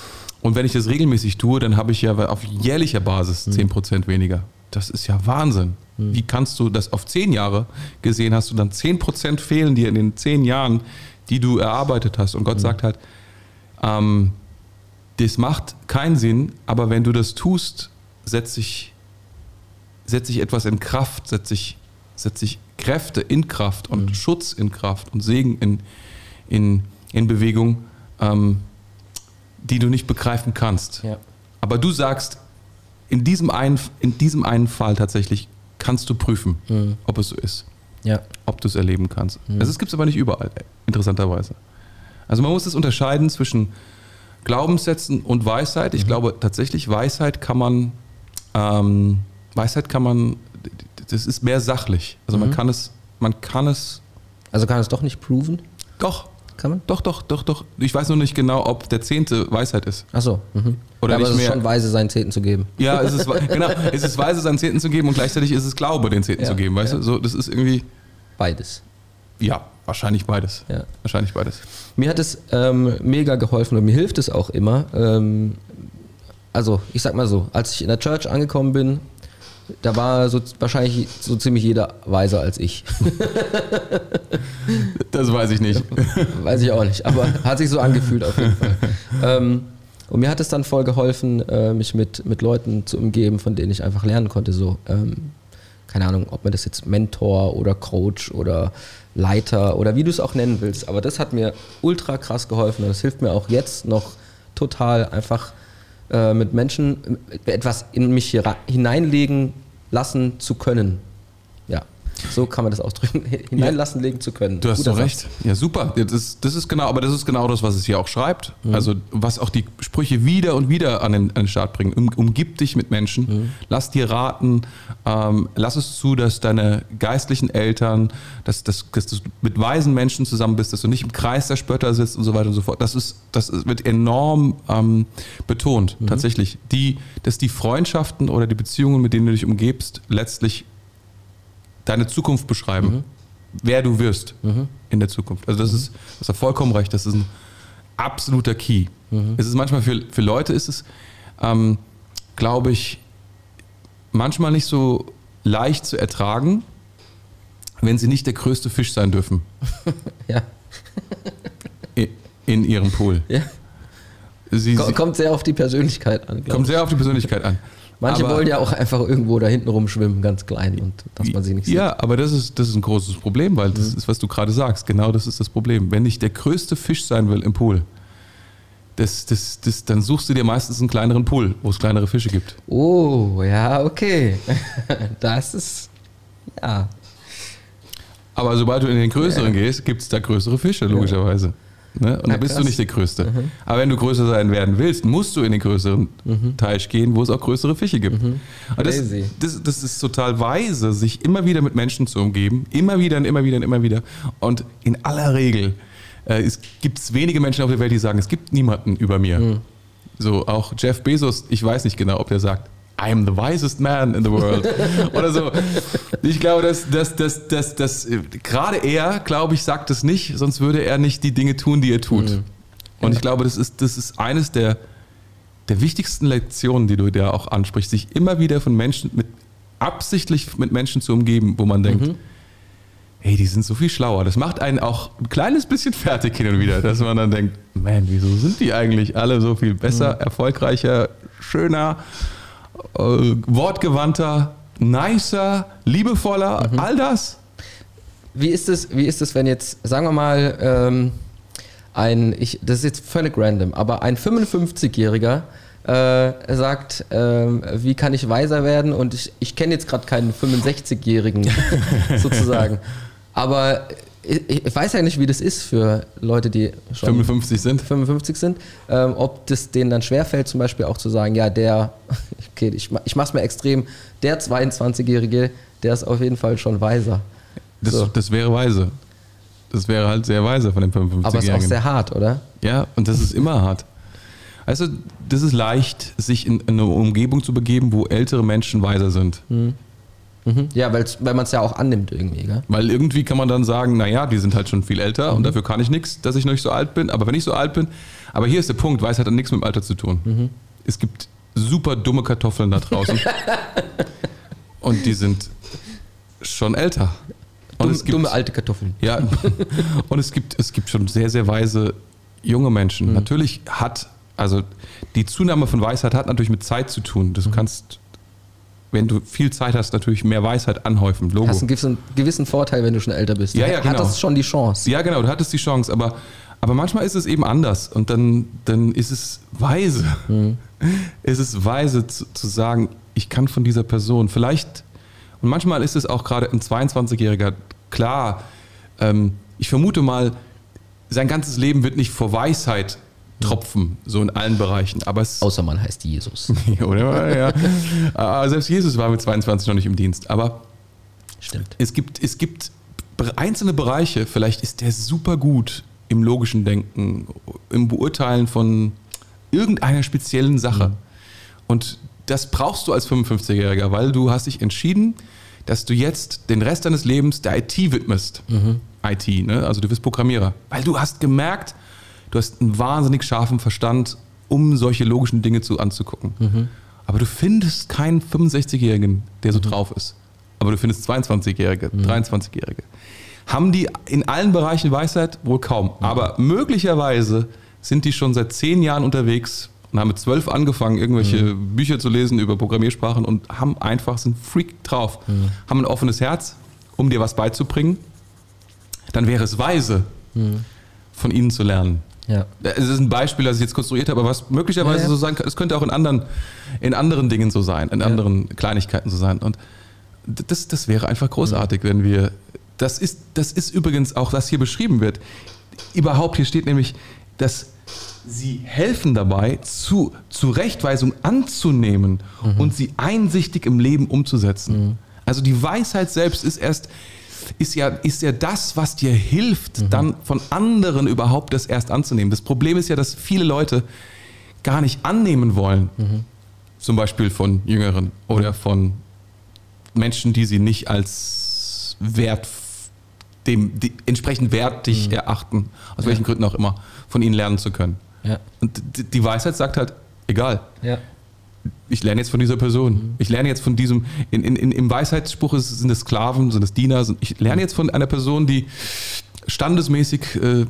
Und wenn ich das regelmäßig tue, dann habe ich ja auf jährlicher Basis zehn Prozent weniger. Das ist ja Wahnsinn. Wie kannst du das auf zehn Jahre gesehen, hast du dann zehn Prozent fehlen dir in den zehn Jahren, die du erarbeitet hast. Und Gott mhm. sagt halt, ähm, das macht keinen Sinn, aber wenn du das tust, setzt sich, setzt sich etwas in Kraft, setzt sich, setzt sich Kräfte in Kraft und mhm. Schutz in Kraft und Segen in, in, in Bewegung, ähm, die du nicht begreifen kannst. Ja. Aber du sagst, in diesem einen, in diesem einen Fall tatsächlich kannst du prüfen, mhm. ob es so ist. Ja. Ob du es erleben kannst. Mhm. Das gibt es aber nicht überall, interessanterweise. Also man muss es unterscheiden zwischen Glaubenssätzen und Weisheit. Ich mhm. glaube tatsächlich, Weisheit kann man, ähm, Weisheit kann man, das ist mehr sachlich. Also mhm. man kann es, man kann es. Also kann es doch nicht proven? Doch. Kann man? Doch, doch, doch, doch. Ich weiß nur nicht genau, ob der Zehnte Weisheit ist. Ach so. Mhm. Oder ja, aber nicht es ist mehr. Schon weise, seinen Zehnten zu geben. Ja, es ist, genau, es ist weise, seinen Zehnten zu geben und gleichzeitig ist es Glaube, den Zehnten ja, zu geben. Weißt ja. du, so, das ist irgendwie. Beides. Ja, wahrscheinlich beides. Ja. Wahrscheinlich beides. Mir hat es ähm, mega geholfen und mir hilft es auch immer. Ähm, also, ich sag mal so, als ich in der Church angekommen bin, da war so wahrscheinlich so ziemlich jeder weiser als ich. Das weiß ich nicht. Weiß ich auch nicht, aber hat sich so angefühlt auf jeden Fall. Ähm, und mir hat es dann voll geholfen, äh, mich mit, mit Leuten zu umgeben, von denen ich einfach lernen konnte. So, ähm, keine Ahnung, ob man das jetzt Mentor oder Coach oder Leiter oder wie du es auch nennen willst. Aber das hat mir ultra krass geholfen und das hilft mir auch jetzt noch total einfach äh, mit Menschen etwas in mich hier hineinlegen lassen zu können. Ja, so kann man das ausdrücken, hineinlassen legen zu können. Du hast so recht. Ja, super. Das ist, das ist genau, aber das ist genau das, was es hier auch schreibt. Mhm. Also was auch die Sprüche wieder und wieder an den, an den Start bringen. Um, umgib dich mit Menschen, mhm. lass dir raten, ähm, lass es zu, dass deine geistlichen Eltern, dass, dass, dass du mit weisen Menschen zusammen bist, dass du nicht im Kreis der Spötter sitzt und so weiter und so fort. Das ist, das wird enorm ähm, betont, mhm. tatsächlich. Die, dass die Freundschaften oder die Beziehungen, mit denen du dich umgibst, letztlich deine Zukunft beschreiben, mhm. wer du wirst mhm. in der Zukunft. Also das mhm. ist, du hast ja vollkommen recht, das ist ein absoluter Key. Mhm. Es ist manchmal für, für Leute ist es, ähm, glaube ich, manchmal nicht so leicht zu ertragen, wenn sie nicht der größte Fisch sein dürfen. Ja. in, in ihrem Pool. Ja. Sie, kommt, kommt sehr auf die Persönlichkeit an. Kommt sehr auf die Persönlichkeit an. Manche aber wollen ja auch einfach irgendwo da hinten rumschwimmen, ganz klein, und dass man sie nicht sieht. Ja, aber das ist, das ist ein großes Problem, weil das mhm. ist, was du gerade sagst. Genau das ist das Problem. Wenn ich der größte Fisch sein will im Pool, das, das, das, dann suchst du dir meistens einen kleineren Pool, wo es kleinere Fische gibt. Oh, ja, okay. Das ist, ja. Aber sobald du in den größeren ja. gehst, gibt es da größere Fische, logischerweise. Ja. Ne? Und dann bist du nicht der Größte. Mhm. Aber wenn du größer sein werden willst, musst du in den größeren mhm. Teich gehen, wo es auch größere Fische gibt. Mhm. Und das, das, das ist total weise, sich immer wieder mit Menschen zu umgeben. Immer wieder und immer wieder und immer wieder. Und in aller Regel äh, es gibt es wenige Menschen auf der Welt, die sagen, es gibt niemanden über mir. Mhm. So, auch Jeff Bezos, ich weiß nicht genau, ob der sagt, I'm the wisest man in the world. Oder so. Ich glaube, dass, dass, dass, dass, dass gerade er, glaube ich, sagt es nicht, sonst würde er nicht die Dinge tun, die er tut. Mhm. Und ich glaube, das ist, das ist eines der, der wichtigsten Lektionen, die du da auch ansprichst, sich immer wieder von Menschen, mit, absichtlich mit Menschen zu umgeben, wo man denkt, mhm. hey, die sind so viel schlauer. Das macht einen auch ein kleines bisschen fertig hin und wieder, dass man dann denkt, man, wieso sind die eigentlich alle so viel besser, mhm. erfolgreicher, schöner, Äh, wortgewandter, nicer, liebevoller, mhm. all das. Wie ist es, wie ist es, wenn jetzt, sagen wir mal, ähm, ein, ich, das ist jetzt völlig random, aber ein fünfundfünfzigjähriger äh, sagt, äh, wie kann ich weiser werden? Und ich, ich kenne jetzt gerade keinen fünfundsechzigjährigen sozusagen. Aber ich, ich weiß ja nicht, wie das ist für Leute, die schon fünfundfünfzig sind. fünfundfünfzig sind, ähm, ob das denen dann schwerfällt, zum Beispiel auch zu sagen, ja, der, okay, ich, ich mache es mir extrem, der zweiundzwanzigjährige, der ist auf jeden Fall schon weiser. Das, so. das wäre weise. Das wäre halt sehr weise von den fünfundfünfzigjährigen. Aber es ist auch sehr hart, oder? Ja, und das ist immer hart. Also, das ist leicht, sich in eine Umgebung zu begeben, wo ältere Menschen weiser sind. Hm. Mhm. Ja, weil's, weil man es ja auch annimmt irgendwie, gell? Weil irgendwie kann man dann sagen, naja, die sind halt schon viel älter mhm. und dafür kann ich nichts, dass ich noch nicht so alt bin. Aber wenn ich so alt bin, aber hier ist der Punkt, Weisheit hat nichts mit dem Alter zu tun. Mhm. Es gibt super dumme Kartoffeln da draußen und die sind schon älter. Und Dumm, es gibt, dumme alte Kartoffeln. Ja, und es gibt, es gibt schon sehr, sehr weise junge Menschen. Mhm. Natürlich hat, also die Zunahme von Weisheit hat natürlich mit Zeit zu tun. Du mhm. kannst, wenn du viel Zeit hast, natürlich mehr Weisheit anhäufen. Logo. Hast einen gewissen, gewissen Vorteil, wenn du schon älter bist. Du ja, ja, genau. hattest schon die Chance. Ja, genau, du hattest die Chance, aber, aber manchmal ist es eben anders und dann, dann ist es weise. Mhm. Es ist weise zu, zu sagen, ich kann von dieser Person vielleicht, und manchmal ist es auch gerade ein zweiundzwanzigjähriger, klar, ähm, ich vermute mal, sein ganzes Leben wird nicht vor Weisheit tropfen, so in allen Bereichen. Aber es Außer man heißt Jesus. Oder? Ja. Aber selbst Jesus war mit zweiundzwanzig noch nicht im Dienst. Aber stimmt. Es gibt, es gibt einzelne Bereiche, vielleicht ist der super gut im logischen Denken, im Beurteilen von irgendeiner speziellen Sache. Mhm. Und das brauchst du als fünfundfünfzigjähriger, weil du hast dich entschieden, dass du jetzt den Rest deines Lebens der I T widmest. Mhm. I T, ne? Also du bist Programmierer. Weil du hast gemerkt, du hast einen wahnsinnig scharfen Verstand, um solche logischen Dinge zu, anzugucken. Mhm. Aber du findest keinen fünfundsechzigjährigen, der so mhm. drauf ist. Aber du findest zweiundzwanzigjährige, mhm. dreiundzwanzigjährige. Haben die in allen Bereichen Weisheit? Wohl kaum. Mhm. Aber möglicherweise sind die schon seit zehn Jahren unterwegs und haben mit zwölf angefangen, irgendwelche mhm. Bücher zu lesen über Programmiersprachen und haben einfach, sind Freak drauf. Mhm. Haben ein offenes Herz, um dir was beizubringen. Dann wäre es weise, mhm. von ihnen zu lernen. Ja. Es ist ein Beispiel, das ich jetzt konstruiert habe, aber was möglicherweise ja, ja. so sein kann, es könnte auch in anderen, in anderen Dingen so sein, in ja. anderen Kleinigkeiten so sein. Und das, das wäre einfach großartig, mhm. wenn wir, das ist, das ist übrigens auch, was hier beschrieben wird. Überhaupt, hier steht nämlich, dass sie helfen dabei, zu, Zurechtweisung anzunehmen mhm. und sie einsichtig im Leben umzusetzen. Mhm. Also die Weisheit selbst ist erst, ist ja, ist ja das, was dir hilft, mhm. dann von anderen überhaupt das erst anzunehmen. Das Problem ist ja, dass viele Leute gar nicht annehmen wollen. Mhm. Zum Beispiel von Jüngeren oder mhm. von Menschen, die sie nicht als wert, dem, die, entsprechend wertig mhm. erachten, aus ja. welchen Gründen auch immer, von ihnen lernen zu können. Ja. Und die Weisheit sagt halt, egal. Ja. Ich lerne jetzt von dieser Person. Mhm. Ich lerne jetzt von diesem, in, in, in, im Weisheitsspruch sind es Sklaven, sind es Diener. Sind, ich lerne jetzt von einer Person, die standesmäßig äh,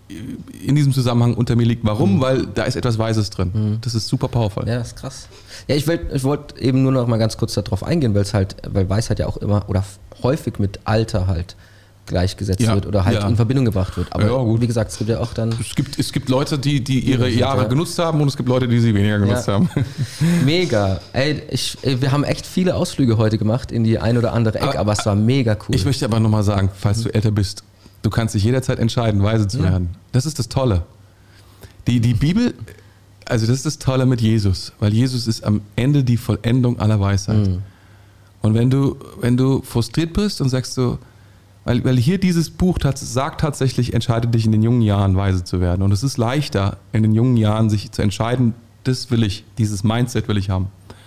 in diesem Zusammenhang unter mir liegt. Warum? Mhm. Weil da ist etwas Weises drin. Mhm. Das ist super powerful. Ja, das ist krass. Ja, ich wollte ich wollt eben nur noch mal ganz kurz darauf eingehen, weil es halt, weil Weisheit ja auch immer oder häufig mit Alter halt gleichgesetzt ja, wird oder halt ja. in Verbindung gebracht wird. Aber ja, wie gesagt, es gibt ja auch dann... Es gibt, es gibt Leute, die, die ihre Jahre ja. genutzt haben und es gibt Leute, die sie weniger genutzt ja. haben. Mega. Ey, ich, ey, wir haben echt viele Ausflüge heute gemacht in die ein oder andere Ecke, aber, aber es war mega cool. Ich möchte aber nochmal sagen, falls mhm. du älter bist, du kannst dich jederzeit entscheiden, weise zu ja. werden. Das ist das Tolle. Die, die Bibel, also das ist das Tolle mit Jesus, weil Jesus ist am Ende die Vollendung aller Weisheit. Mhm. Und wenn du, wenn du frustriert bist und sagst so, Weil, weil hier dieses Buch sagt tatsächlich, entscheide dich in den jungen Jahren weise zu werden. Und es ist leichter, in den jungen Jahren sich zu entscheiden, das will ich, dieses Mindset will ich haben.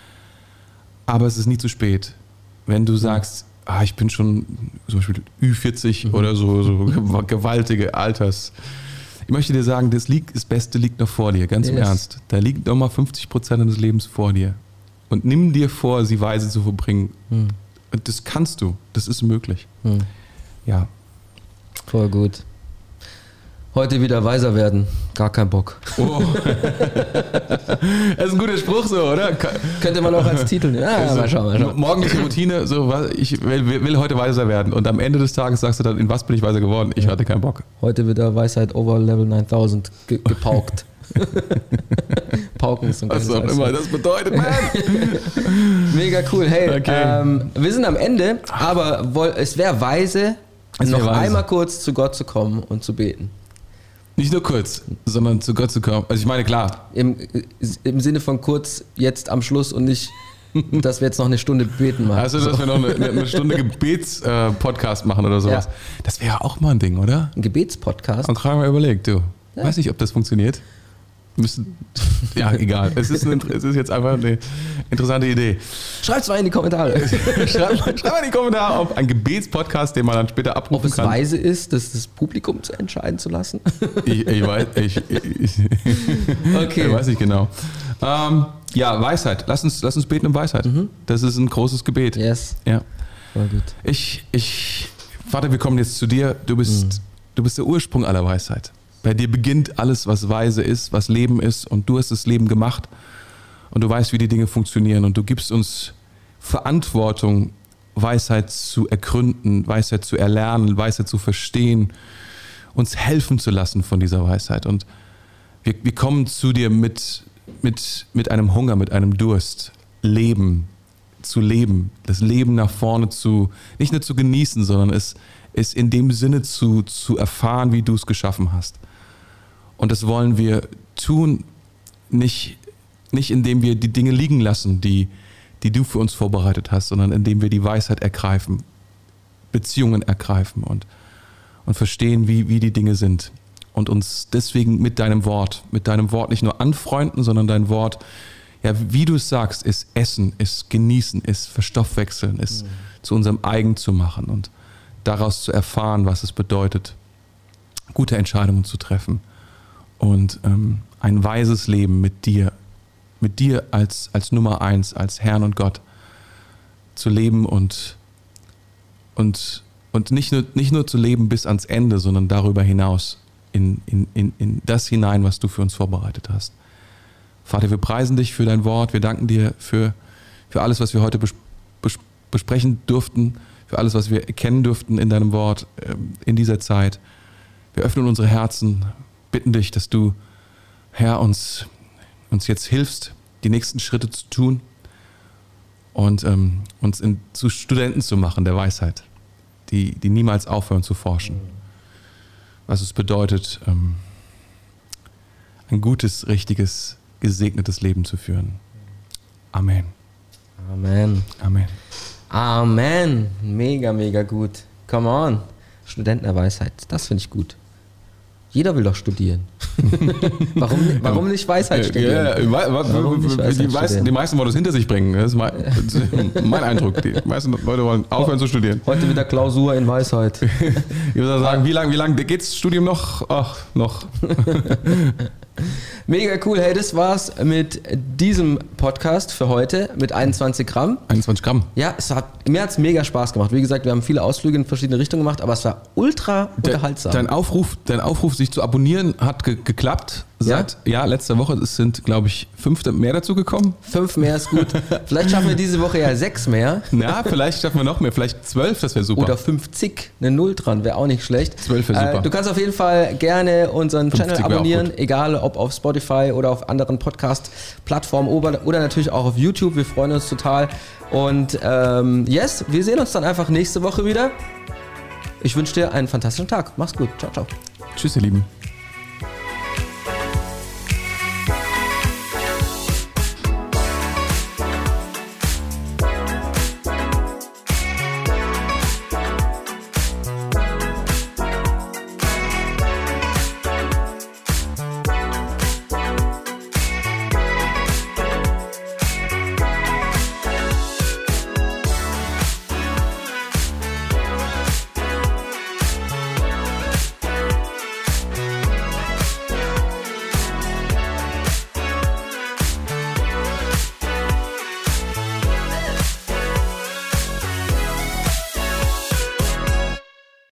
Aber es ist nie zu spät. Wenn du sagst, ah, ich bin schon zum Beispiel Ü vierzig mhm. oder so, so gewaltige Alters. Ich möchte dir sagen, das, liegt, das Beste liegt noch vor dir, ganz yes. im Ernst. Da liegt noch mal fünfzig Prozent deines Lebens vor dir. Und nimm dir vor, sie weise zu verbringen. Mhm. Und das kannst du, das ist möglich. Mhm. Ja. Voll gut. Heute wieder weiser werden. Gar kein Bock. Oh. Das ist ein guter Spruch so, oder? Könnte man auch als Titel nehmen. Ja, also, mal schauen, mal schauen. Morgendliche Routine, so, ich will, will heute weiser werden. Und am Ende des Tages sagst du dann, in was bin ich weiser geworden? Ich ja. hatte keinen Bock. Heute wird der Weisheit over Level neuntausend ge- gepaukt. Pauken ist so ein was auch immer das bedeutet, man. Mega cool. Hey, okay. ähm, wir sind am Ende, aber woll, es wäre weise, es wär noch weise. einmal kurz zu Gott zu kommen und zu beten. Nicht nur kurz, sondern zu Gott zu kommen. Also ich meine, klar. Im, im Sinne von kurz jetzt am Schluss und nicht, dass wir jetzt noch eine Stunde beten machen. Also, dass so. wir noch eine, eine Stunde Gebets-Podcast äh, machen oder sowas. Ja. Das wäre auch mal ein Ding, oder? Ein Gebetspodcast? Und gerade mal überlegt, du. Ja. Weiß nicht, ob das funktioniert. Wir müssen Ja, egal. Es ist, eine, es ist jetzt einfach eine interessante Idee. Schreibt's mal in die Kommentare. Schreib, schreib mal in die Kommentare, ob ein Gebetspodcast, den man dann später abrufen Ob es kann. weise ist, das, das Publikum zu entscheiden zu lassen. Ich, ich weiß, ich, ich, Okay. ich weiß nicht genau. Ähm, ja, Weisheit. Lass uns, lass uns beten um Weisheit. Mhm. Das ist ein großes Gebet. Yes. Ja. Voll gut. Ich, ich, Vater, wir kommen jetzt zu dir. Du bist, Mhm. du bist der Ursprung aller Weisheit. Bei dir beginnt alles, was weise ist, was Leben ist, und du hast das Leben gemacht und du weißt, wie die Dinge funktionieren, und du gibst uns Verantwortung, Weisheit zu ergründen, Weisheit zu erlernen, Weisheit zu verstehen, uns helfen zu lassen von dieser Weisheit. Und wir, wir kommen zu dir mit, mit, mit einem Hunger, mit einem Durst, Leben zu leben, das Leben nach vorne zu, nicht nur zu genießen, sondern es, es in dem Sinne zu, zu erfahren, wie du es geschaffen hast. Und das wollen wir tun, nicht, nicht indem wir die Dinge liegen lassen, die, die du für uns vorbereitet hast, sondern indem wir die Weisheit ergreifen, Beziehungen ergreifen und, und verstehen, wie, wie die Dinge sind. Und uns deswegen mit deinem Wort, mit deinem Wort nicht nur anfreunden, sondern dein Wort, ja, wie du es sagst, ist Essen, ist Genießen, ist Verstoffwechseln, ist mhm. zu unserem eigen zu machen und daraus zu erfahren, was es bedeutet, gute Entscheidungen zu treffen und ähm, ein weises Leben mit dir, mit dir als, als Nummer eins, als Herrn und Gott zu leben und, und, und nicht, nur, nicht nur zu leben bis ans Ende, sondern darüber hinaus in, in, in, in das hinein, was du für uns vorbereitet hast. Vater, wir preisen dich für dein Wort, wir danken dir für, für alles, was wir heute bes, bes, besprechen durften, für alles, was wir erkennen durften in deinem Wort in dieser Zeit. Wir öffnen unsere Herzen, bitten dich, dass du, Herr, uns, uns jetzt hilfst, die nächsten Schritte zu tun und ähm, uns in, zu Studenten zu machen der Weisheit, die, die niemals aufhören zu forschen. Was es bedeutet, ähm, ein gutes, richtiges, gesegnetes Leben zu führen. Amen. Amen. Amen. Amen. Mega, mega gut. Come on. Studenten der Weisheit. Das finde ich gut. Jeder will doch studieren. warum, warum nicht Weisheit studieren? Ja, ja, Warum nicht Weisheit die, meisten, studieren? die meisten wollen das hinter sich bringen. Das ist mein, das ist mein Eindruck. Die meisten Leute wollen aufhören zu studieren. Heute mit der Klausur in Weisheit. Ich würde sagen, wie lange wie lang geht das Studium noch? Ach, noch. Mega cool. Hey, das war's mit diesem Podcast für heute mit einundzwanzig Gramm. einundzwanzig Gramm. Ja, es hat, mir hat es mega Spaß gemacht. Wie gesagt, wir haben viele Ausflüge in verschiedene Richtungen gemacht, aber es war ultra unterhaltsam. Dein Aufruf, dein Aufruf, sich zu abonnieren, hat ge geklappt. Seit ja? ja, letzter Woche. Es sind, glaube ich, fünf mehr dazu gekommen. Fünf mehr ist gut. Vielleicht schaffen wir diese Woche ja sechs mehr. Na, vielleicht schaffen wir noch mehr. Vielleicht zwölf, das wäre super. Oder fünfzig, eine Null dran, wäre auch nicht schlecht. Zwölf wäre super. Äh, du kannst auf jeden Fall gerne unseren Channel abonnieren, egal ob auf Spotify oder auf anderen Podcast-Plattformen oder, oder natürlich auch auf YouTube. Wir freuen uns total. Und ähm, yes, wir sehen uns dann einfach nächste Woche wieder. Ich wünsche dir einen fantastischen Tag. Mach's gut. Ciao, ciao. Tschüss, ihr Lieben.